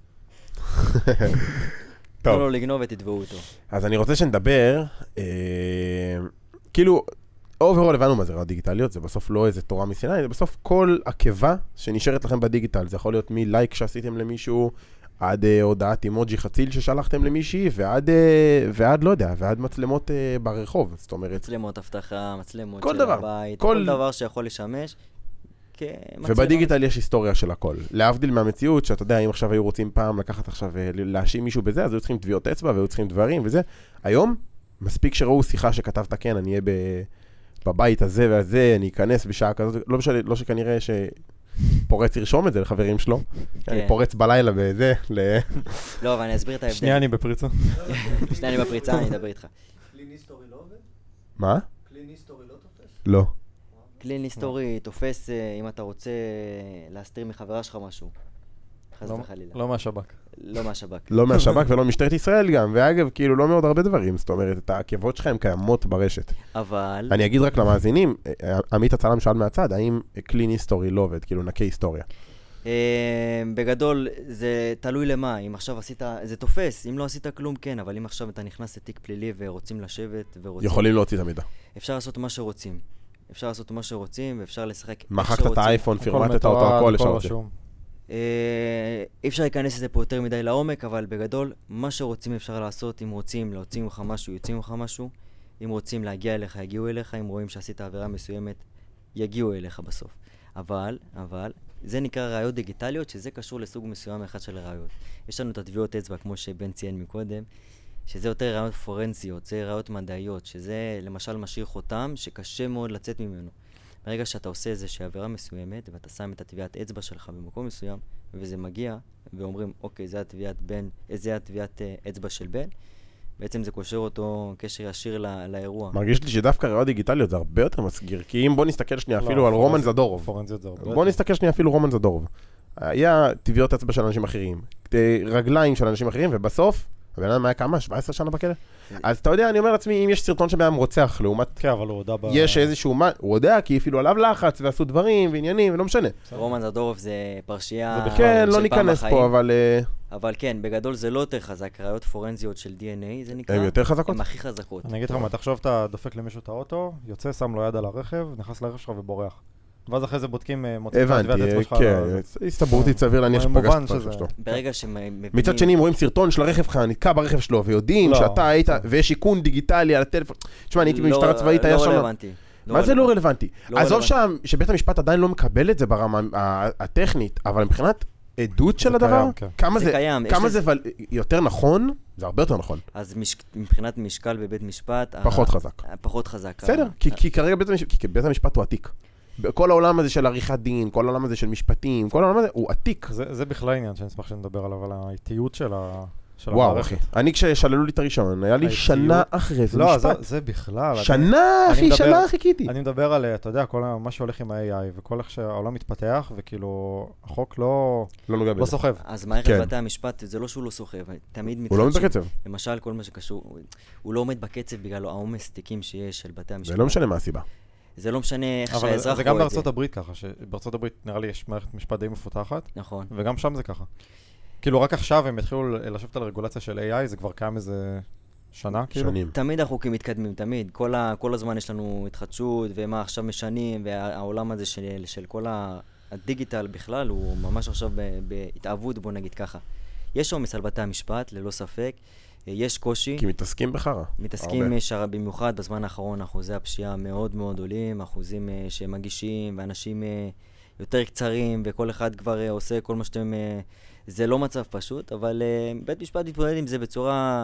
תנו לו לגנוב ותתבעו אותו. אז אני רוצה שנדבר, כאילו, אוברול הבנו מה זה ראיות דיגיטליות, זה בסוף לא איזה תורה מסיני, זה בסוף כל עקבה שנשארת לכם בדיגיטל. זה יכול להיות מלייק שעשיתם למישהו, עד הודעת אימוג'י חציל ששלחתם למישהי, ועד לא יודע, ועד מצלמות ברחוב, זאת אומרת. מצלמות אבטחה, מצלמות של הבית, כל דבר שיכול לשמש כמצלמות. ובדיגיטל יש היסטוריה של הכל. להבדיל מהמציאות, שאתה יודע, אם עכשיו היו רוצים פעם לקחת עכשיו להאשים מישהו בזה, אז היו צריכים טביעות אצבע, והיו צריכים דברים וזה. היום, מספיק שראו שיחה שכתבת, כן, אני אהיה בבית הזה והזה, אני אכנס בשעה כזאת, לא שכנראה פורץ ירשום את זה לחברים שלו. אני פורץ בלילה בזה, לא, אבל אני אסביר את ההבדל. שנייה אני בפריצה. שנייה אני בפריצה, אני אדבר איתך. קלין היסטורי לא עובד? מה? קלין היסטורי לא תופס? לא. קלין היסטורי תופס אם אתה רוצה להסתיר מחברה שלך משהו. חס וחלילה. לא מהשב"כ. לא מהשב"כ. לא מהשב"כ ולא משטרת ישראל גם, ואגב, כאילו לא מאוד הרבה דברים, זאת אומרת, את העקבות שלהם קיימות ברשת. אבל... אני אגיד רק למאזינים, עמית הצלם שאל מהצד, האם קלין היסטורי לא עובד, כאילו נקי היסטוריה? בגדול, זה תלוי למה, אם עכשיו עשית, זה תופס, אם לא עשית כלום כן, אבל אם עכשיו אתה נכנס לתיק פלילי ורוצים לשבת ורוצים... יכולים להוציא את המידע. אפשר לעשות מה שרוצים. אפשר לעשות מה שרוצים ואפשר לשחק... מחקת את האייפון, פירמטת אותו, הכל לשעות. אי אפשר להיכנס לזה פה יותר מדי לעומק, אבל בגדול, מה שרוצים אפשר לעשות, אם רוצים להוציא ממך משהו, יוצאים ממך משהו, אם רוצים להגיע אליך, יגיעו אליך, אם רואים שעשית עבירה מסוימת, יגיעו אליך בסוף. אבל, זה נקרא ראיות דיגיטליות, שזה קשור לסוג מסוים אחד של ראיות. יש לנו את הטביעות אצבע, כמו שבן ציין מקודם, שזה יותר ראיות פורנזיות, זה ראיות מדעיות, שזה למשל משאיר חותם שקשה מאוד לצאת ממנו. ברגע שאתה עושה איזושהי עבירה מסוימת, ואתה שם את הטביעת אצבע שלך במקום מסוים, וזה מגיע, ואומרים, אוקיי, זה הטביעת אצבע של בן, בעצם זה קושר אותו קשר ישיר לאירוע. מרגיש לי שדווקא ראיות דיגיטליות זה הרבה יותר מסגיר, כי אם בוא נסתכל שנייה אפילו על רומן זדורוב. בוא נסתכל שנייה אפילו רומן זדורוב. היה טביעות אצבע של אנשים אחרים, רגליים של אנשים אחרים, ובסוף, הבן אדם היה כמה? 17 שנה בכלא? אז אתה יודע, אני אומר לעצמי, אם יש סרטון שבהם רוצח לעומת... כן, אבל הוא הודע יש איזשהו... הוא יודע, כי אפילו עליו לחץ, ועשו דברים ועניינים, ולא משנה. רומן זדורוב זה פרשייה... כן, לא ניכנס פה, אבל... אבל כן, בגדול זה לא יותר חזק, ראיות פורנזיות של DNA, זה נקרא... הן יותר חזקות? הן הכי חזקות. אני אגיד לך מה, תחשוב, אתה דופק למישהו את האוטו, יוצא, שם לו יד על הרכב, נכנס לרכב שלך ובורח. ואז אחרי זה בודקים, מוצאים את הטביעת אצבע שלך. הבנתי, כן, הסתברותית סביר להניח שפגשת את הרכב שלו. ברגע שמבינים... מצד שני, אם רואים סרטון של הרכב שלך, נתקע ברכב שלו, ויודעים שאתה היית, ויש איכון דיגיטלי על הטלפון. תשמע, אני הייתי במשטרה צבאית, היה שם... לא רלוונטי. מה זה לא רלוונטי? עזוב שם, שבית המשפט עדיין לא מקבל את זה ברמה הטכנית, אבל מבחינת עדות של הדבר, כמה זה יותר נכון, זה הרבה יותר נכון. אז מבחינת משקל בבית משפט... פחות חזק. פחות חזק. בסדר, כי כרגע בית המשפט הוא עתיק. כל העולם הזה של עריכת דין, כל העולם הזה של משפטים, כל העולם הזה הוא עתיק. זה בכלל עניין שאני אשמח שנדבר עליו, על האיטיות של וואו, אחי. אני כששללו לי את הראשון, היה לי שנה אחרי זה משפט. לא, זה בכלל. שנה, אחי, שנה חיכיתי. אני מדבר על, אתה יודע, כל מה שהולך עם ה-AI, וכל איך שהעולם מתפתח, וכאילו, החוק לא סוחב. אז מערכת בתי המשפט, זה לא שהוא לא סוחב, תמיד מתחדשים. הוא לא עומד בקצב. למשל, כל מה שקשור, הוא לא עומד בקצב בגלל העומס תיקים שיש של בתי המשפט. זה לא משנה מה הסיבה. זה לא משנה איך שהאזרח רואה את זה. אבל זה גם בארצות הברית ככה, שבארצות הברית נראה לי יש מערכת משפט די מפותחת. נכון. וגם שם זה ככה. כאילו רק עכשיו הם התחילו לשבת על רגולציה של AI, זה כבר קיים איזה שנה, כאילו. שנים. תמיד החוקים מתקדמים, תמיד. כל הזמן יש לנו התחדשות, ומה עכשיו משנים, והעולם הזה של כל הדיגיטל בכלל, הוא ממש עכשיו בהתאבות, בוא נגיד ככה. יש עומס על בתי המשפט, ללא ספק. יש קושי. כי מתעסקים בחרה. מתעסקים במיוחד בזמן האחרון, אחוזי הפשיעה מאוד מאוד עולים, אחוזים שמגישים, ואנשים יותר קצרים, וכל אחד כבר עושה כל מה שאתם... זה לא מצב פשוט, אבל בית משפט מתמודד עם זה בצורה,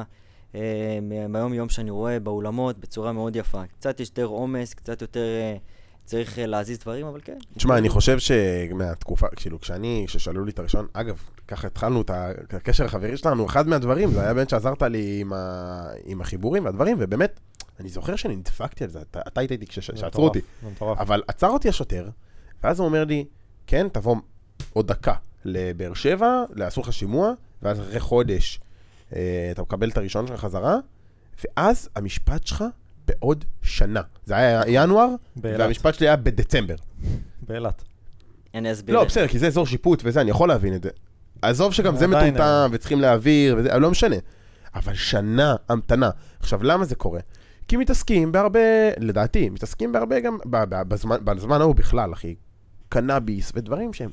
מהיום יום שאני רואה באולמות, בצורה מאוד יפה. קצת יותר עומס, קצת יותר צריך להזיז דברים, אבל כן. תשמע, אני חושב שמהתקופה, כששאלו לי את הראשון, אגב, ככה התחלנו את הקשר החברי שלנו, אחד מהדברים, זה היה באמת שעזרת לי עם החיבורים והדברים, ובאמת, אני זוכר שנדפקתי על זה, אתה היית איתי כשעצרו אותי, אבל עצר אותי השוטר, ואז הוא אומר לי, כן, תבוא עוד דקה לבאר שבע, לעשו לך שימוע, ואז אחרי חודש אתה מקבל את הראשון שלך חזרה, ואז המשפט שלך בעוד שנה. זה היה ינואר, והמשפט שלי היה בדצמבר. באילת. אני אסביר. לא, בסדר, כי זה אזור שיפוט וזה, אני יכול להבין את זה. עזוב שגם זה מטומטם וצריכים להעביר, וזה, לא משנה. אבל שנה המתנה. עכשיו, למה זה קורה? כי מתעסקים בהרבה, לדעתי, מתעסקים בהרבה גם, בזמן ההוא בכלל, אחי. קנאביס ודברים שהם...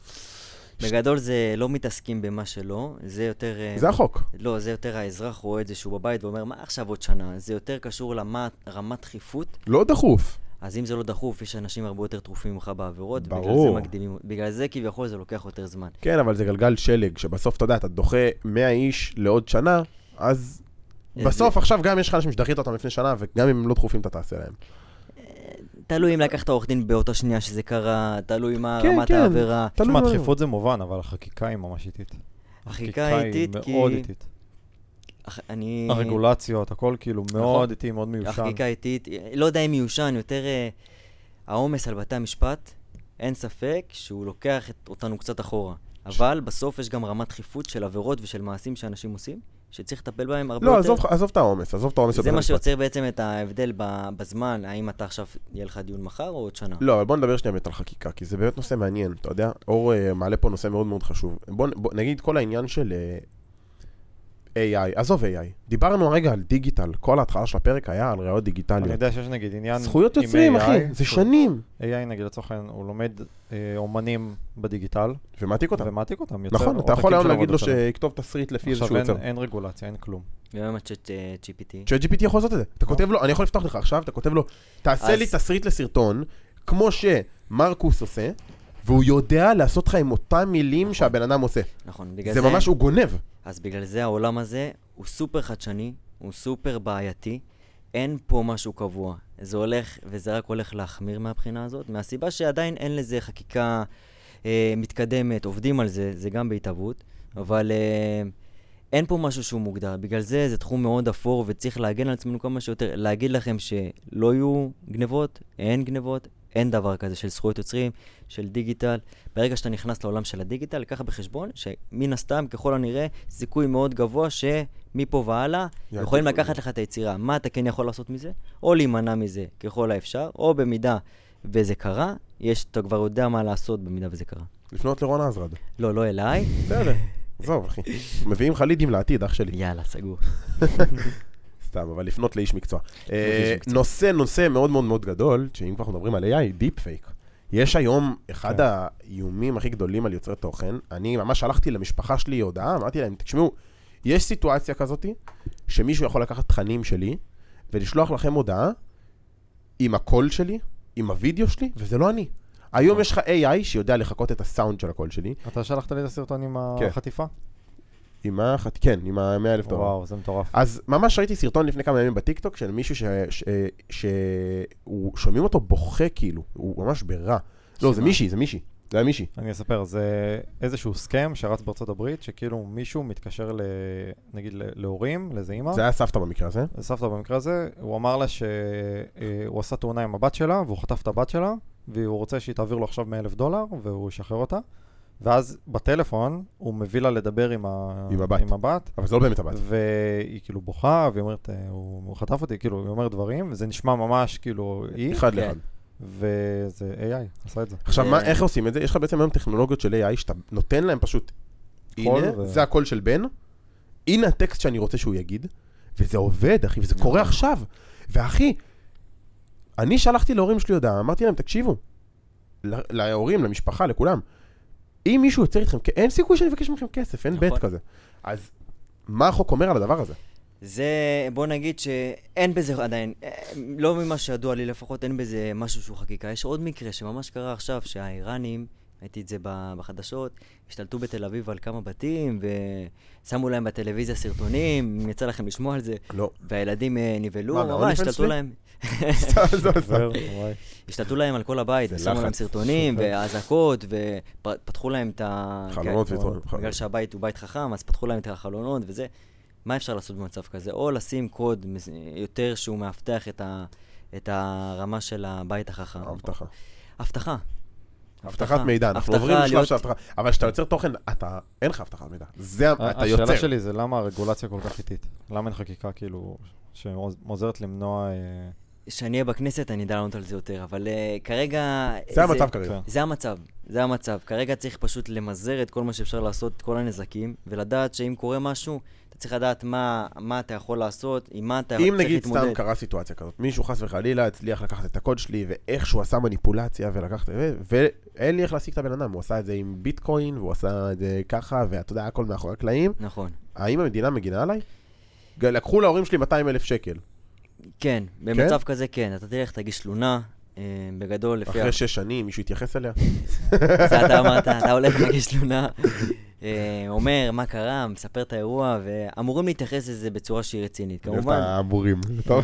בגדול זה לא מתעסקים במה שלא, זה יותר... זה החוק. לא, זה יותר האזרח רואה את זה שהוא בבית ואומר, מה עכשיו עוד שנה? זה יותר קשור לרמת דחיפות. לא דחוף. אז אם זה לא דחוף, יש אנשים הרבה יותר טרופים ממך בעבירות, ברור. בגלל זה כביכול זה לוקח יותר זמן. כן, אבל זה גלגל שלג, שבסוף אתה יודע, אתה דוחה 100 איש לעוד שנה, אז בסוף עכשיו גם יש לך אנשים שדחית אותם לפני שנה, וגם אם לא דחופים אתה תעשה להם. תלוי אם לקחת עורך דין באותה שנייה שזה קרה, תלוי מה רמת העבירה. תשמע, דחיפות זה מובן, אבל החקיקה היא ממש איטית. החקיקה איטית כי... מאוד איטית. הרגולציות, הכל כאילו מאוד איטי, מאוד מיושן. החקיקה איטית, לא יודע אם מיושן, יותר העומס על בתי המשפט, אין ספק שהוא לוקח אותנו קצת אחורה. אבל בסוף יש גם רמת דחיפות של עבירות ושל מעשים שאנשים עושים, שצריך לטפל בהם הרבה יותר. לא, עזוב את העומס, זה מה שיוצר בעצם את ההבדל בזמן, האם אתה עכשיו יהיה לך דיון מחר או עוד שנה. לא, אבל בוא נדבר שנייה באמת על חקיקה, כי זה באמת נושא מעניין, אתה יודע, אור מעלה פה נושא מאוד מאוד חשוב. בוא נגיד כל העניין של AI, עזוב AI, דיברנו רגע על דיגיטל, כל ההתחלה של הפרק היה על ראיות דיגיטליות. אני יודע שיש נגיד עניין זכויות יוצרים, אחי, זה שנים. AI נגיד לצורך העניין, הוא לומד אומנים בדיגיטל. ומעתיק אותם. נכון, אתה יכול היום להגיד לו שיכתוב תסריט לפי איזשהו יוצר. עכשיו אין רגולציה, אין כלום. גם הצ'אט GPT. צ'אט GPT יכול לעשות את זה. אתה כותב לו, אני יכול לפתוח לך עכשיו, אתה כותב לו, תעשה לי תסריט לסרטון, כמו שמרקוס עושה, והוא יודע לעשות לך עם אותם מילים שהבן אדם עושה. נכון, בגלל זה ממש, הוא גונב. אז בגלל זה העולם הזה הוא סופר חדשני, הוא סופר בעייתי, אין פה משהו קבוע. זה הולך, וזה רק הולך להחמיר מהבחינה הזאת, מהסיבה שעדיין אין לזה חקיקה מתקדמת, עובדים על זה, זה גם בהתאבות, אבל אין פה משהו שהוא מוגדר. בגלל זה זה תחום מאוד אפור, וצריך להגן על עצמנו כמה שיותר, להגיד לכם שלא יהיו גנבות, אין גנבות, אין דבר כזה של זכויות יוצרים, של דיגיטל. ברגע שאתה נכנס לעולם של הדיגיטל, לקח בחשבון שמן הסתם, ככל הנראה, סיכוי מאוד גבוה שמפה והלאה יכולים לקחת לך את היצירה. מה אתה כן יכול לעשות מזה? או להימנע מזה ככל האפשר, או במידה וזה קרה, אתה כבר יודע מה לעשות במידה וזה קרה. לפנות לרון עזרד. לא אליי. בסדר. עזוב, אחי. מביאים לך לידים לעתיד, אח שלי. יאללה, סגור. סתם, אבל לפנות לאיש מקצוע. נושא מאוד מאוד מאוד גדול, שאם כבר מדברים על AI, דיפ פייק. יש היום אחד האיומים הכי גדולים על יוצרי תוכן. אני ממש שלחתי למשפחה שלי הודעה, אמרתי להם, תשמעו, יש סיטואציה כזאת, שמישהו יכול לקחת תכנים שלי, ולשלוח לכם הודעה עם הקול שלי, עם הוידאו שלי, וזה לא אני. היום יש לך AI שיודע לחכות את הסאונד של הקול שלי. אתה שלחת לי את הסרטון עם החטיפה? כן, עם $100,000. וואו, זה מטורף. אז ממש ראיתי סרטון לפני כמה ימים בטיקטוק של מישהו שהוא שומעים אותו בוכה כאילו, הוא ממש ברע. לא, זה מישהי. זה היה מישהי. אני אספר, זה איזשהו סקם שרץ בארצות הברית, שכאילו מישהו מתקשר נגיד להורים, לאיזה אמא. זה היה סבתא במקרה הזה? זה סבתא במקרה הזה. הוא אמר לה שהוא עשה תאונה עם הבת שלה, והוא חטף את הבת שלה, והוא רוצה שהיא תעביר לו עכשיו $100,000, והוא ישחרר אותה. ואז בטלפון הוא מביא לה לדבר עם הבת. אבל זה לא באמת הבת. והיא כאילו בוכה, והיא אומרת, הוא חטף אותי, כאילו, היא אומרת דברים, וזה נשמע ממש כאילו אחד לאחד. וזה AI, עשה את זה. עכשיו, איך עושים את זה? יש לך בעצם היום טכנולוגיות של AI, שאתה נותן להם פשוט, הנה, זה הקול של בן, הנה הטקסט שאני רוצה שהוא יגיד, וזה עובד, אחי, וזה קורה עכשיו. ואחי, אני שלחתי להורים שלי הודעה, אמרתי להם, תקשיבו, להורים, למשפחה, לכולם, אם מישהו יוצר איתכם, אין סיכוי שאני אבקש מכם כסף, אין בית כזה. אז מה החוק אומר על הדבר הזה? זה, בוא נגיד שאין בזה עדיין, לא ממה שידוע לי לפחות, אין בזה משהו שהוא חקיקה. יש עוד מקרה שממש קרה עכשיו, שהאיראנים, הייתי את זה בחדשות, השתלטו בתל אביב על כמה בתים, ושמו להם בטלוויזיה סרטונים, אם יצא לכם לשמוע על זה, לא. והילדים נבלו, ממש השתלטו להם. השתלטו להם על כל הבית, ושמו להם סרטונים, והזעקות, ופתחו להם את החלונות, בגלל שהבית הוא בית חכם, אז פתחו להם את החלונות וזה. מה אפשר לעשות במצב כזה? או לשים קוד יותר שהוא מאבטח את הרמה של הבית החכם. הבטחה. הבטחת מידע, אנחנו עוברים לשלב של הבטחה. אבל כשאתה יוצר תוכן, אין לך הבטחת מידע. זה אתה יוצר. השאלה שלי זה למה הרגולציה כל כך איטית? למה אין חקיקה כאילו שעוזרת למנוע... שאני אהיה בכנסת, אני אדע לענות על זה יותר, אבל כרגע... זה המצב כרגע. זה המצב. כרגע צריך פשוט למזער את כל מה שאפשר לעשות, את כל הנזקים, ולדעת שאם קורה משהו, אתה צריך לדעת מה אתה יכול לעשות, עם מה אתה צריך להתמודד. אם נגיד סתם קרה סיטואציה כזאת, מישהו חס וחלילה הצליח לקחת את הקוד שלי, ואיכשהו עשה מניפולציה ולקחת, ואין לי איך להשיג את הבן אדם, הוא עשה את זה עם ביטקוין, והוא עשה את זה ככה, ואתה יודע, הכל מאחורי הקלעים. נכון. האם המדינה מגינה עליי? לקחו להורים שלי 200,000 שקל. כן, במצב כזה כן. אתה תלך, תגיש תלונה, בגדול לפי... אחרי 6 שנים, מישהו יתייחס אליה? זה אתה אמרת, אתה הולך להגיש תלונה. אומר מה קרה, מספר את האירוע, ואמורים להתייחס לזה בצורה שהיא רצינית. כמובן. כמובן. אמורים, טוב.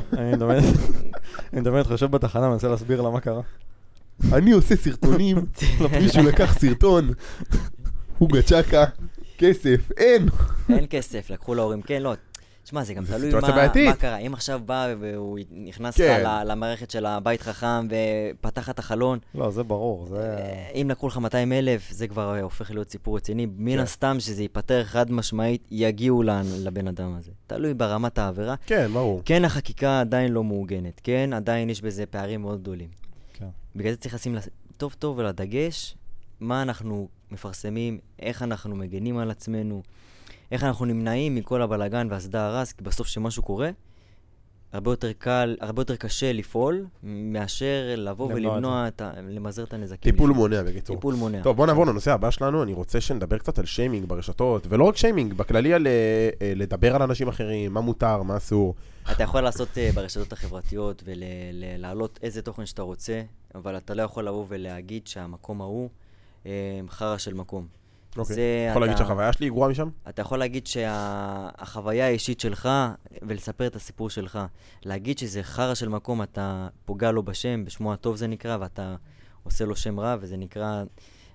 אני מדמיין, חושב בתחנה, מנסה להסביר לה מה קרה. אני עושה סרטונים, מישהו לקח סרטון, הוא גצ'קה, כסף, אין. אין כסף, לקחו להורים, כן, לא. תשמע, זה גם תלוי מה קרה. אם עכשיו בא והוא נכנס למערכת של הבית חכם ופתח את החלון. לא, זה ברור. אם לקחו לך 200,000, זה כבר הופך להיות סיפור רציני. מן הסתם שזה ייפטר חד משמעית, יגיעו לבן אדם הזה. תלוי ברמת העבירה. כן, ברור. כן, החקיקה עדיין לא מעוגנת. כן, עדיין יש בזה פערים מאוד גדולים. בגלל זה צריך לשים טוב טוב על הדגש, מה אנחנו מפרסמים, איך אנחנו מגנים על עצמנו, איך אנחנו נמנעים מכל הבלגן והסדה הרס, כי בסוף שמשהו קורה, הרבה יותר קשה לפעול, מאשר לבוא ולמנוע, למזער את הנזקים. טיפול מונע בקיצור. טיפול מונע. טוב, בוא נעבור לנושא הבא שלנו, אני רוצה שנדבר קצת על שיימינג ברשתות, ולא רק שיימינג, בכללי על לדבר על אנשים אחרים, מה מותר, מה אסור. אתה יכול לעשות ברשתות החברתיות ולהעלות איזה תוכן שאתה רוצה, אבל אתה לא יכול לבוא ולהגיד שהמקום ההוא חרא של מקום. אוקיי. יכול להגיד שהחוויה שלי היא גרועה משם? אתה יכול להגיד שהחוויה האישית שלך, ולספר את הסיפור שלך. להגיד שזה חרא של מקום, אתה פוגע לו בשם, בשמו הטוב זה נקרא, ואתה עושה לו שם רע, וזה נקרא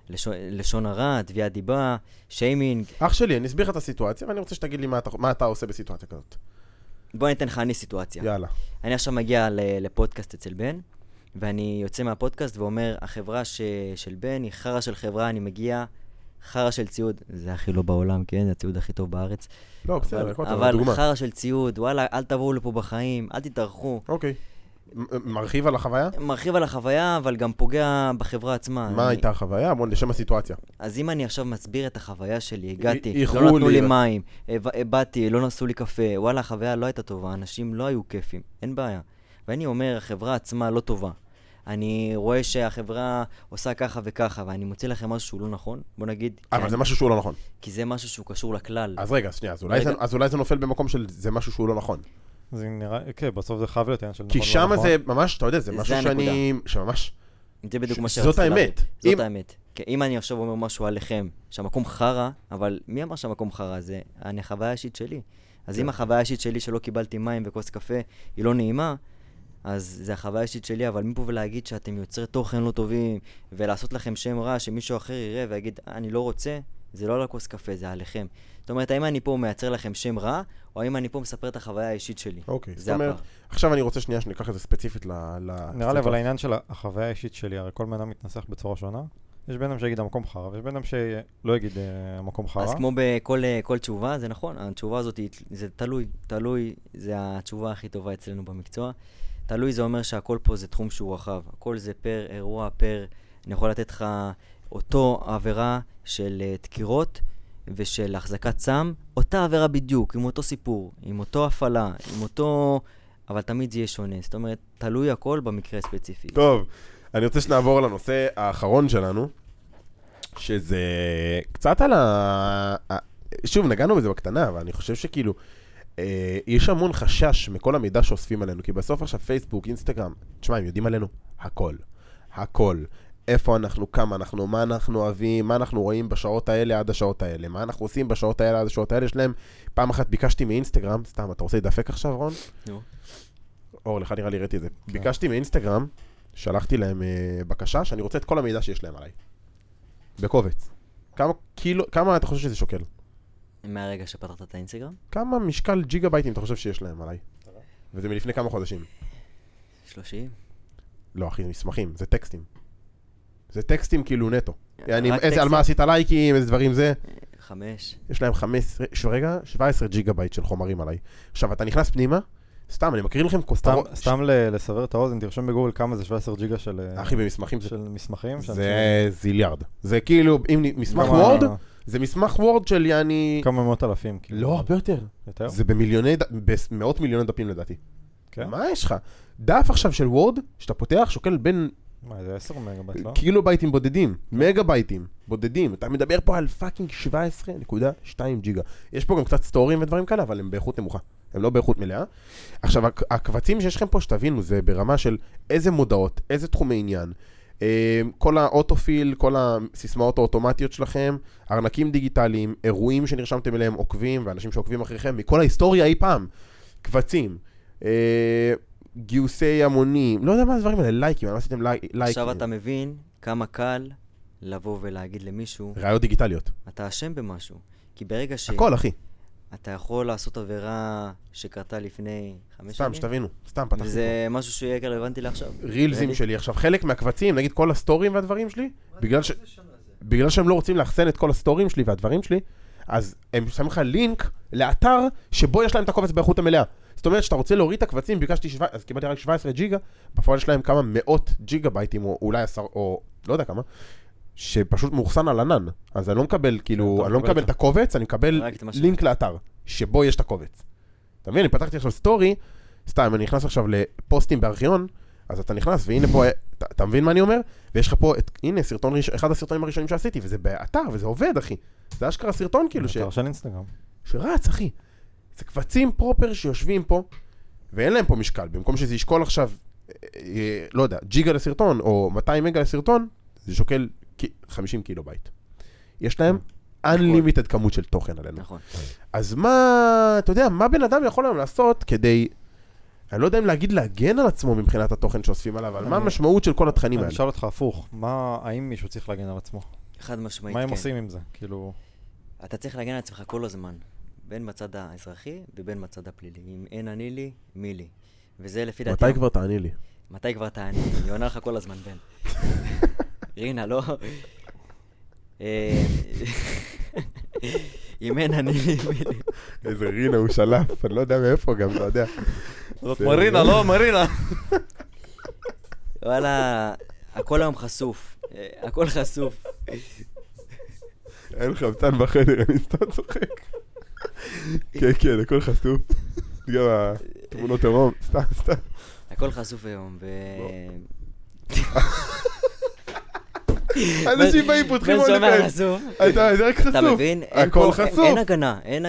לשון הרע, תביעת דיבה, שיימינג. אח שלי, אני אסביר לך את הסיטואציה, ואני רוצה שתגיד לי מה אתה עושה בסיטואציה כזאת. בוא ניתן לך אני סיטואציה. יאללה. אני עכשיו מגיע לפודקאסט אצל בן, ואני יוצא מהפודקאסט ואומר, החברה של בן היא חרא של חברה, אני מגיע חרא של ציוד, זה הכי לא בעולם, כן? זה הציוד הכי טוב בארץ. לא, בסדר, אבל חרא של ציוד, וואלה, אל תבואו לפה בחיים, אל תתארחו. אוקיי. מרחיב על החוויה? מרחיב על החוויה, אבל גם פוגע בחברה עצמה. מה הייתה החוויה? בוא נשם הסיטואציה. אז אם אני עכשיו מסביר את החוויה שלי, הגעתי, לא נתנו לי מים, באתי, לא נסו לי קפה, וואלה, החוויה לא הייתה טובה, אנשים לא היו כיפים, אין בעיה. ואני אומר, החברה עצמה לא טובה. אני רואה שהחברה עושה ככה וככה, ואני מוצא לכם משהו שהוא לא נכון, בוא נגיד. אבל זה משהו שהוא לא נכון. כי זה משהו שהוא קשור לכלל. אז רגע, שנייה, אז אולי זה נופל במקום של זה משהו שהוא לא נכון. זה נראה, כן, בסוף זה חייב להיות של נכון. כי שם זה ממש, אתה יודע, זה משהו שממש... זה בדיוק מה שרציתי להגיד. זאת האמת. אם אני עכשיו אומר משהו עליכם, שהמקום חרה, אבל מי אמר שהמקום חרה? זה החוויה האישית שלי. אז אם החוויה האישית שלי שלא קיבלתי מים וכוס קפה, היא לא נעימה, אז זה החוויה האישית שלי, אבל מפה ולהגיד שאתם יוצרי תוכן לא טובים, ולעשות לכם שם רע, שמישהו אחר יראה ויגיד, אני לא רוצה, זה לא על הכוס קפה, זה עליכם. זאת אומרת, האם אני פה מייצר לכם שם רע, או האם אני פה מספר את החוויה האישית שלי? אוקיי, זאת אומרת, עכשיו אני רוצה שנייה שניקח את זה ספציפית נראה לי, אבל העניין של החוויה האישית שלי, הרי כל מנה מתנסח בצורה שונה. יש בינם שיגיד המקום חרא, ויש בינם שלא יגיד המקום חרא. אז כמו בכל תשובה, זה נכון, התשובה הזאת, זה תלוי, זה התשובה הכי טובה אצלנו במקצוע. תלוי זה אומר שהכל פה זה תחום שהוא רחב. הכל זה פר אירוע, אני יכול לתת לך אותו עבירה של דקירות ושל החזקת סם, אותה עבירה בדיוק, עם אותו סיפור, עם אותו הפעלה, עם אותו... אבל תמיד זה יהיה שונה. זאת אומרת, תלוי הכל במקרה ספציפי. טוב, אני רוצה שנעבור לנושא האחרון שלנו, שזה קצת על שוב, נגענו בזה בקטנה, אבל אני חושב שכאילו... יש המון חשש מכל המידע שאוספים עלינו, כי בסוף עכשיו פייסבוק, אינסטגרם, תשמע, הם יודעים עלינו הכל. איפה אנחנו, כמה אנחנו, מה אנחנו אוהבים, מה אנחנו רואים בשעות האלה עד השעות האלה, מה אנחנו עושים בשעות האלה עד השעות האלה. יש להם, פעם אחת ביקשתי מאינסטגרם, סתם, אתה רוצה לדפק עכשיו, רון? אור, לך נראה לי ראיתי את זה. ביקשתי מאינסטגרם, שלחתי להם בקשה, שאני רוצה את כל המידע שיש להם עליי. בקובץ. כמה אתה חושב שזה שוקל? מהרגע שפתחת את האינסטגרם? כמה משקל ג'יגה בייטים אתה חושב שיש להם עליי? וזה מלפני כמה חודשים. 30? לא, אחי, זה מסמכים, זה טקסטים. זה טקסטים כאילו נטו. על מה עשית לייקים, איזה דברים זה. 5. יש להם 17 ג'יגה בייט של חומרים עליי. עכשיו, אתה נכנס פנימה, סתם, אני מקריא לכם כוסטרות. סתם לסבר את האוזן, תרשום בגוגל כמה זה 17 ג'יגה של... אחי, במסמכים של מסמכים. זה זיליארד. זה כאילו, אם מסמך וורד... זה מסמך וורד של יעני... כמה מאות אלפים. לא, הרבה יותר. יותר? זה במאות מיליוני דפים לדעתי. מה יש לך? דף עכשיו של וורד, שאתה פותח, שוקל בין... מה, זה 10 מגה-בייט, לא? קילו בייטים בודדים, מגה-בייטים בודדים. אתה מדבר פה על פאקינג 17.2 ג'יגה. יש פה גם קצת סטורים ודברים כאלה, אבל הם באיכות נמוכה. הם לא באיכות מלאה. עכשיו, הקבצים שיש לכם פה, שתבינו, זה ברמה של איזה מודעות, איזה תחומי עניין, כל האוטופיל, כל הסיסמאות האוטומטיות שלכם, ארנקים דיגיטליים, אירועים שנרשמתם אליהם, עוקבים, ואנשים שעוקבים אחריכם, מכל ההיסטוריה אי פעם, קבצים, גיוסי המונים, לא יודע מה הדברים האלה, לייקים, מה עשיתם לייקים? עכשיו אתה מבין כמה קל לבוא ולהגיד למישהו, ראיות דיגיטליות. אתה אשם במשהו, כי ברגע ש... הכל, אחי. אתה יכול לעשות עבירה שקרתה לפני 5 שנים. סתם, שתבינו, סתם פתחתי. וזה משהו שיהיה רלוונטי לעכשיו. רילזים שלי. עכשיו, חלק מהקבצים, נגיד כל הסטורים והדברים שלי, בגלל שהם לא רוצים לאחסן את כל הסטורים שלי והדברים שלי, אז הם שמים לך לינק לאתר שבו יש להם את הקובץ באיכות המלאה. זאת אומרת, שאתה רוצה להוריד את הקבצים, ביקשתי אז קיבלתי רק 17 ג'יגה, בפועל יש להם כמה מאות ג'יגה בייטים, או אולי 10, או לא יודע כמה, שפשוט מאוחסן על ענן. אז אני לא מקבל, כאילו, אני לא מקבל את הקובץ, אני מקבל לינק לאתר, שבו יש את הקובץ. אתה מבין, אני פתחתי עכשיו סטורי, סתם, אני נכנס עכשיו לפוסטים בארכיון, אז אתה נכנס, והנה פה, אתה מבין מה אני אומר? ויש לך פה, הנה, אחד הסרטונים הראשונים שעשיתי, וזה באתר, וזה עובד, אחי. זה אשכרה סרטון, כאילו, אתר של אינסטגרם. שרץ, אחי. זה קבצים פרופר שיושבים פה, ואין להם פה משקל. במקום שזה ישקול עכשיו, לא יודע, ג'יגה לסרטון, או 200 מגה לסרטון, זה שוקל 50 קילו בייט. יש להם unlimited כמות של תוכן עלינו. נכון. אז מה, אתה יודע, מה בן אדם יכול היום לעשות כדי, אני לא יודע אם להגן על עצמו מבחינת התוכן שאוספים עליו, אבל מה המשמעות של כל התכנים האלה? אני אשאל אותך הפוך, האם מישהו צריך להגן על עצמו? חד משמעית, מה הם כן. עושים עם זה? כאילו... אתה צריך להגן על עצמך כל הזמן, בין בצד האזרחי ובין בצד הפלילי. אם אין אני לי, מי לי. וזה לפי דעתי... מתי כבר תעני לי? מתי כבר תעני לי? אני עונה לך כל הזמן, בן. רינה, לא? אם אין אני לי, מי לי. איזה רינה, הוא שלף, אני לא יודע מאיפה גם, אתה יודע. זאת מרינה, לא מרינה. וואלה, הכל היום חשוף. הכל חשוף. אין חמצן בחדר, אני סתם צוחק. כן, כן, הכל חשוף. גם התמונות עירום, סתם. הכל חשוף היום, אנשים באים פותחים עוד לפעמים. זה רק חשוף. אתה מבין? הכל חשוף. אין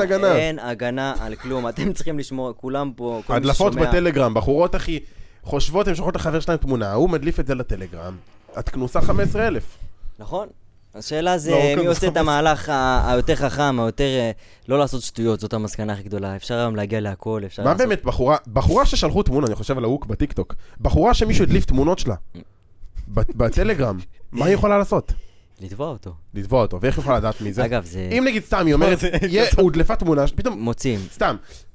הגנה על כלום. אתם צריכים לשמור, כולם פה, כל מי ששומע. הדלפות בטלגרם, בחורות אחי, חושבות, הן שולחות לחבר שלהם תמונה, הוא מדליף את זה לטלגרם. את כנוסה 15,000. נכון. השאלה זה מי עושה את המהלך היותר חכם, היותר לא לעשות שטויות, זאת המסקנה הכי גדולה. אפשר היום להגיע להכל, אפשר מה לעשות... באמת, בחורה ששלחו תמונה, אני חושב על ההוק בטיקטוק, בחורה שמישהו הדליף תמונות שלה בטלגרם, מה היא יכולה לעשות? לתבוע אותו. לתבוע אותו, ואיך יכולה לדעת מי זה? אגב, זה... אם נגיד סתם, היא אומרת, הוא דלפה תמונה, פתאום... מוצאים. סתם,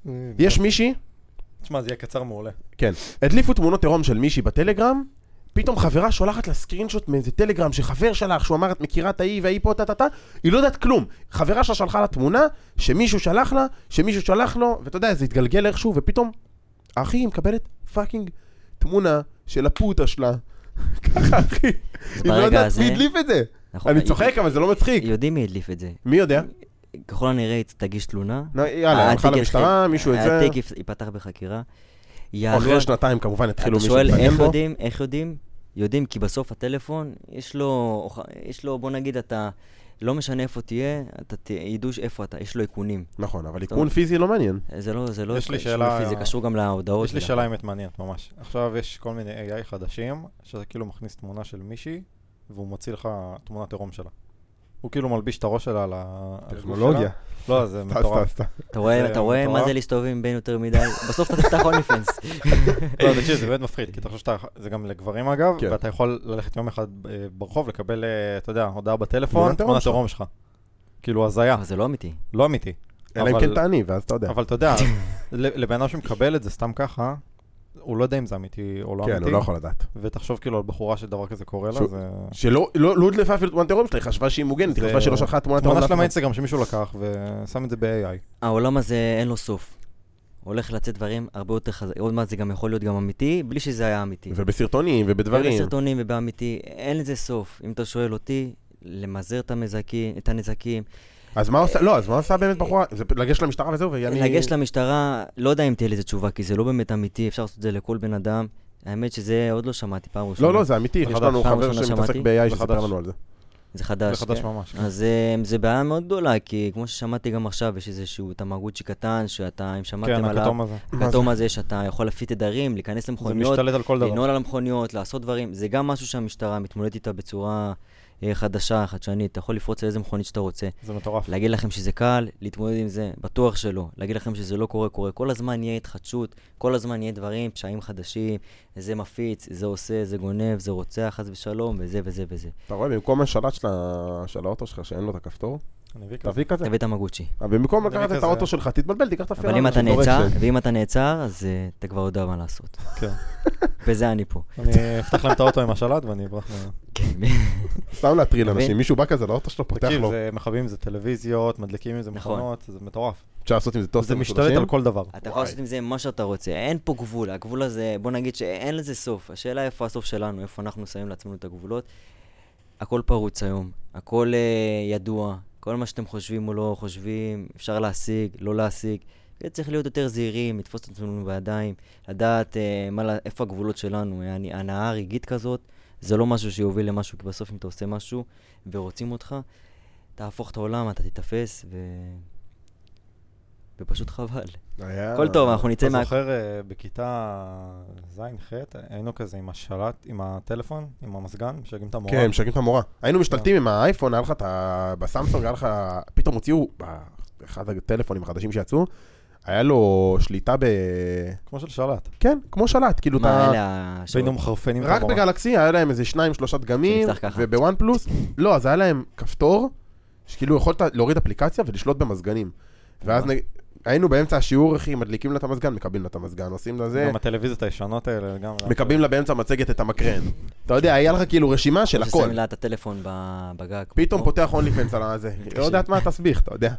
יש מישהי... תשמע, זה יהיה קצר מעולה. כן. הדליפו תמונות עירום של מישהי בטלגרם, פתאום חברה שולחת לה סקרינשוט מאיזה טלגרם שחבר שלך, שהוא אמר את מכירה את ההיא והיא פה טטטה, היא לא יודעת כלום. חברה ששלחה לה תמונה, שמישהו שלח לה, שמישהו שלח לו, ואתה יודע, זה התגלגל איכשהו, ופתאום, אחי, היא מקבלת פאקינג תמונה של הפוטה שלה. ככה, אחי. היא לא יודעת מי הדליף את זה. אני צוחק, אבל זה לא מצחיק. יודעים מי הדליף את זה. מי יודע? ככל הנראה תגיש תלונה. יאללה, הלכה למשטרה, מישהו את זה. התיק ייפתח בחקירה. אחרי שנתיים כמובן התחילו מישהו להתפעם בו. אתה שואל איך יודעים? יודעים, כי בסוף הטלפון, יש לו, בוא נגיד, אתה לא משנה איפה תהיה, אתה ידעו איפה אתה, יש לו עיקונים. נכון, אבל עיקון פיזי לא מעניין. זה לא יש לי שאלה, זה קשור גם להודעות. יש לי שאלה אמת מעניינת ממש. עכשיו יש כל מיני AI חדשים, שאתה כאילו מכניס תמונה של מישהי, והוא מוציא לך תמונת עירום שלה. הוא כאילו מלביש את הראש שלה על טכנולוגיה. לא, זה מטורף. אתה רואה מה זה להסתובב בין יותר מדי? בסוף אתה תפתח אוניפנס. לא, תקשיב, זה באמת מפחיד, כי אתה חושב שזה גם לגברים אגב, ואתה יכול ללכת יום אחד ברחוב, לקבל, אתה יודע, הודעה בטלפון, תמונת עירום שלך. כאילו, הזיה. אבל זה לא אמיתי. לא אמיתי. אלא אם כן תעני, ואז אתה יודע. אבל אתה יודע, לבן אדם שמקבל את זה סתם ככה, הוא לא יודע אם זה אמיתי או לא אמיתי. כן, הוא לא יכול לדעת. ותחשוב כאילו על בחורה שדבר כזה קורה לה, זה... שלא דלפה אפילו תמונת עירום שלה, היא חשבה שהיא מוגנת, היא חשבה שלא שלחה תמונת עירום. תמונה שלה מהאינסטגרם שמישהו לקח ושם את זה ב-AI. העולם הזה אין לו סוף. הולך לצאת דברים הרבה יותר חזק. עוד מעט זה גם יכול להיות גם אמיתי, בלי שזה היה אמיתי. ובסרטונים ובדברים. ובסרטונים ובאמיתי, אין לזה סוף. אם אתה שואל אותי, למזער את הנזקים. אז מה עושה? לא, אז מה עושה באמת בחורה? זה לגש למשטרה וזהו, ואני... לגש למשטרה, לא יודע אם תהיה לזה תשובה, כי זה לא באמת אמיתי, אפשר לעשות את זה לכל בן אדם. האמת שזה עוד לא שמעתי פעם ראשונה. לא, זה אמיתי, יש לנו חבר שמתעסק ב-AI שספר לנו על זה. זה חדש. זה חדש ממש. אז זה בעיה מאוד גדולה, כי כמו ששמעתי גם עכשיו, יש איזשהו תמגוצ'י קטן, שאתה, אם שמעתם עליו, הכתום הזה, שאתה יכול להפיץ תדרים, להיכנס למכוניות, זה משתלט על כל דבר. לנעול על המכוניות, לעשות דברים. זה גם משהו שהמשטרה מתמודדת איתה בצורה חדשה, חדשנית. אתה יכול לפרוץ על איזה מכונית שאתה רוצה. זה מטורף. להגיד לכם שזה קל, להתמודד עם זה, בטוח שלא. להגיד לכם שזה לא קורה. כל הזמן יהיה התחדשות, כל הזמן יהיה דברים, פשעים חדשים, זה מפיץ, זה עושה, זה גונב, זה רוצח, חס ושלום, וזה וזה וזה. אתה רואה, במקום השלט של האוטו שלך שאין לו את הכפתור, תביא כזה. תביא את המגוצ'י. במקום לקחת את האוטו שלך, תתבלבל, תיקח את הפרעה. אבל אם אתה נעצר, אז אתה כבר יודע מה לעשות. כן. וזה אני פה. אני אפתח להם את האוטו עם השלט ואני אברח מה... כן. סתם להטריל אנשים, מישהו בא כזה לאוטו שלו, פותח לו. תקשיב, זה מכבים, זה טלוויזיות, מדליקים עם זה מכונות, זה מטורף. אפשר לעשות עם זה טוסטר זה משתלט על כל דבר. אתה יכול לעשות עם זה מה שאתה רוצה, אין פה גבול, הגבול הזה, בוא נגיד שאין לזה סוף. השאלה איפה הסוף שלנו, איפה אנחנו שמים לעצמנו את הגבולות. הכל פרוץ היום, הכל ידוע, כל מה שאתם חושבים או לא חושבים, אפשר להשיג, לא להשיג. צריך להיות יותר זהירים, לתפוס את עצמנו בידיים, לדעת איפה הגבולות שלנו. הנאה רגעית כזאת, זה לא משהו שיוביל למשהו, כי בסוף אם אתה עושה משהו ורוצים אותך, תהפוך את העולם, אתה תתאפס ופשוט חבל. הכל טוב, אנחנו נצא אתה זוכר בכיתה ז'-ח' היינו כזה עם השלט, עם הטלפון, עם המסגן, משגעים את המורה. כן, משגעים את המורה. היינו משתלטים עם האייפון, היה לך בסמסונג, היה לך, פתאום הוציאו, באחד הטלפונים החדשים שיצאו, היה לו שליטה כמו של שלט. כן, כמו שלט, כאילו מה אלה היינו מחרפנים את רק המורה. בגלקסי היה להם איזה 2-3 דגמים, ובוואן פלוס, לא, אז היה להם כפתור, שכאילו יכולת להוריד אפליקציה ולשלוט במזגנים. ואז היינו באמצע השיעור, אחי, מדליקים לה את המזגן, מקבלים לה את המזגן, עושים לזה. גם הטלוויזיות הישנות האלה, גם... מקבלים לה באמצע מצגת את המקרן. אתה יודע, היה לך כאילו רשימה של הכל. ששמים לה את הטלפון בגג. פתאום פותח אונליפנס על הזה. לא יודעת מה תסביך, אתה יודע.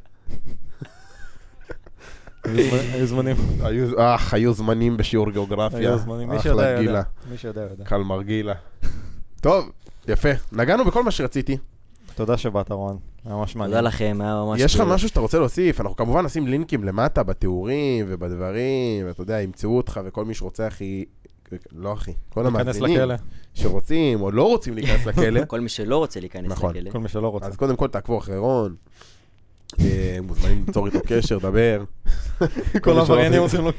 היו זמנים. היו זמנים בשיעור גיאוגרפיה. היו זמנים, מי שיודע יודע. מי שיודע יודע. קל מרגילה. טוב, יפה. נגענו בכל מה שרציתי. תודה שבאת, רון. היה ממש מעניין. תודה לכם, היה ממש... יש לך משהו שאתה רוצה להוסיף? אנחנו כמובן נשים לינקים למטה בתיאורים ובדברים, ואתה יודע, ימצאו אותך וכל מי שרוצה, אחי, לא אחי, כל המאזינים שרוצים או לא רוצים להיכנס לכלא. כל מי שלא רוצה להיכנס לכלא. כל מי שלא רוצה. אז קודם כל תעקבו אחרי רון, מוזמנים ליצור איתו קשר, דבר. כל העבריינים עושים לו...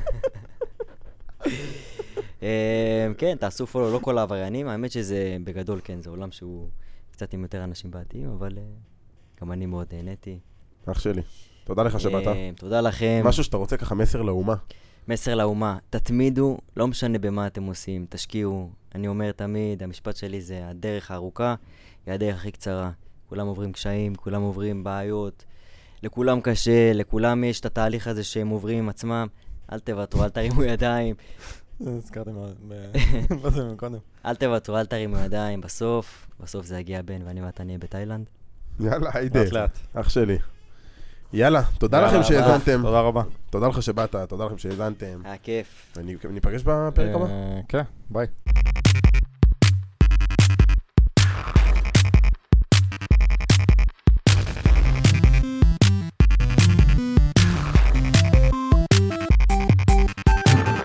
כן, תעשו פולו, לא כל העבריינים, האמת שזה בגדול, כן, זה עולם שהוא קצת עם יותר אנשים בעתיים, אבל גם אני מאוד נהניתי. אח שלי, תודה לך שבאת. תודה לכם. משהו שאתה רוצה ככה מסר לאומה. מסר לאומה, תתמידו, לא משנה במה אתם עושים, תשקיעו. אני אומר תמיד, המשפט שלי זה הדרך הארוכה, היא הדרך הכי קצרה. כולם עוברים קשיים, כולם עוברים בעיות, לכולם קשה, לכולם יש את התהליך הזה שהם עוברים עם עצמם. אל תוותרו, אל תרימו ידיים. הזכרתי מה זה מקודם. אל תוותרו, אל תרימו ידיים, בסוף זה יגיע בין, ואני ואתה נהיה בתאילנד. יאללה, היידה, אח שלי. יאללה, תודה לכם שהאזנתם. תודה רבה. תודה לך שבאת, תודה לכם שהאזנתם. היה כיף. ניפגש בפרק הבא? כן, ביי.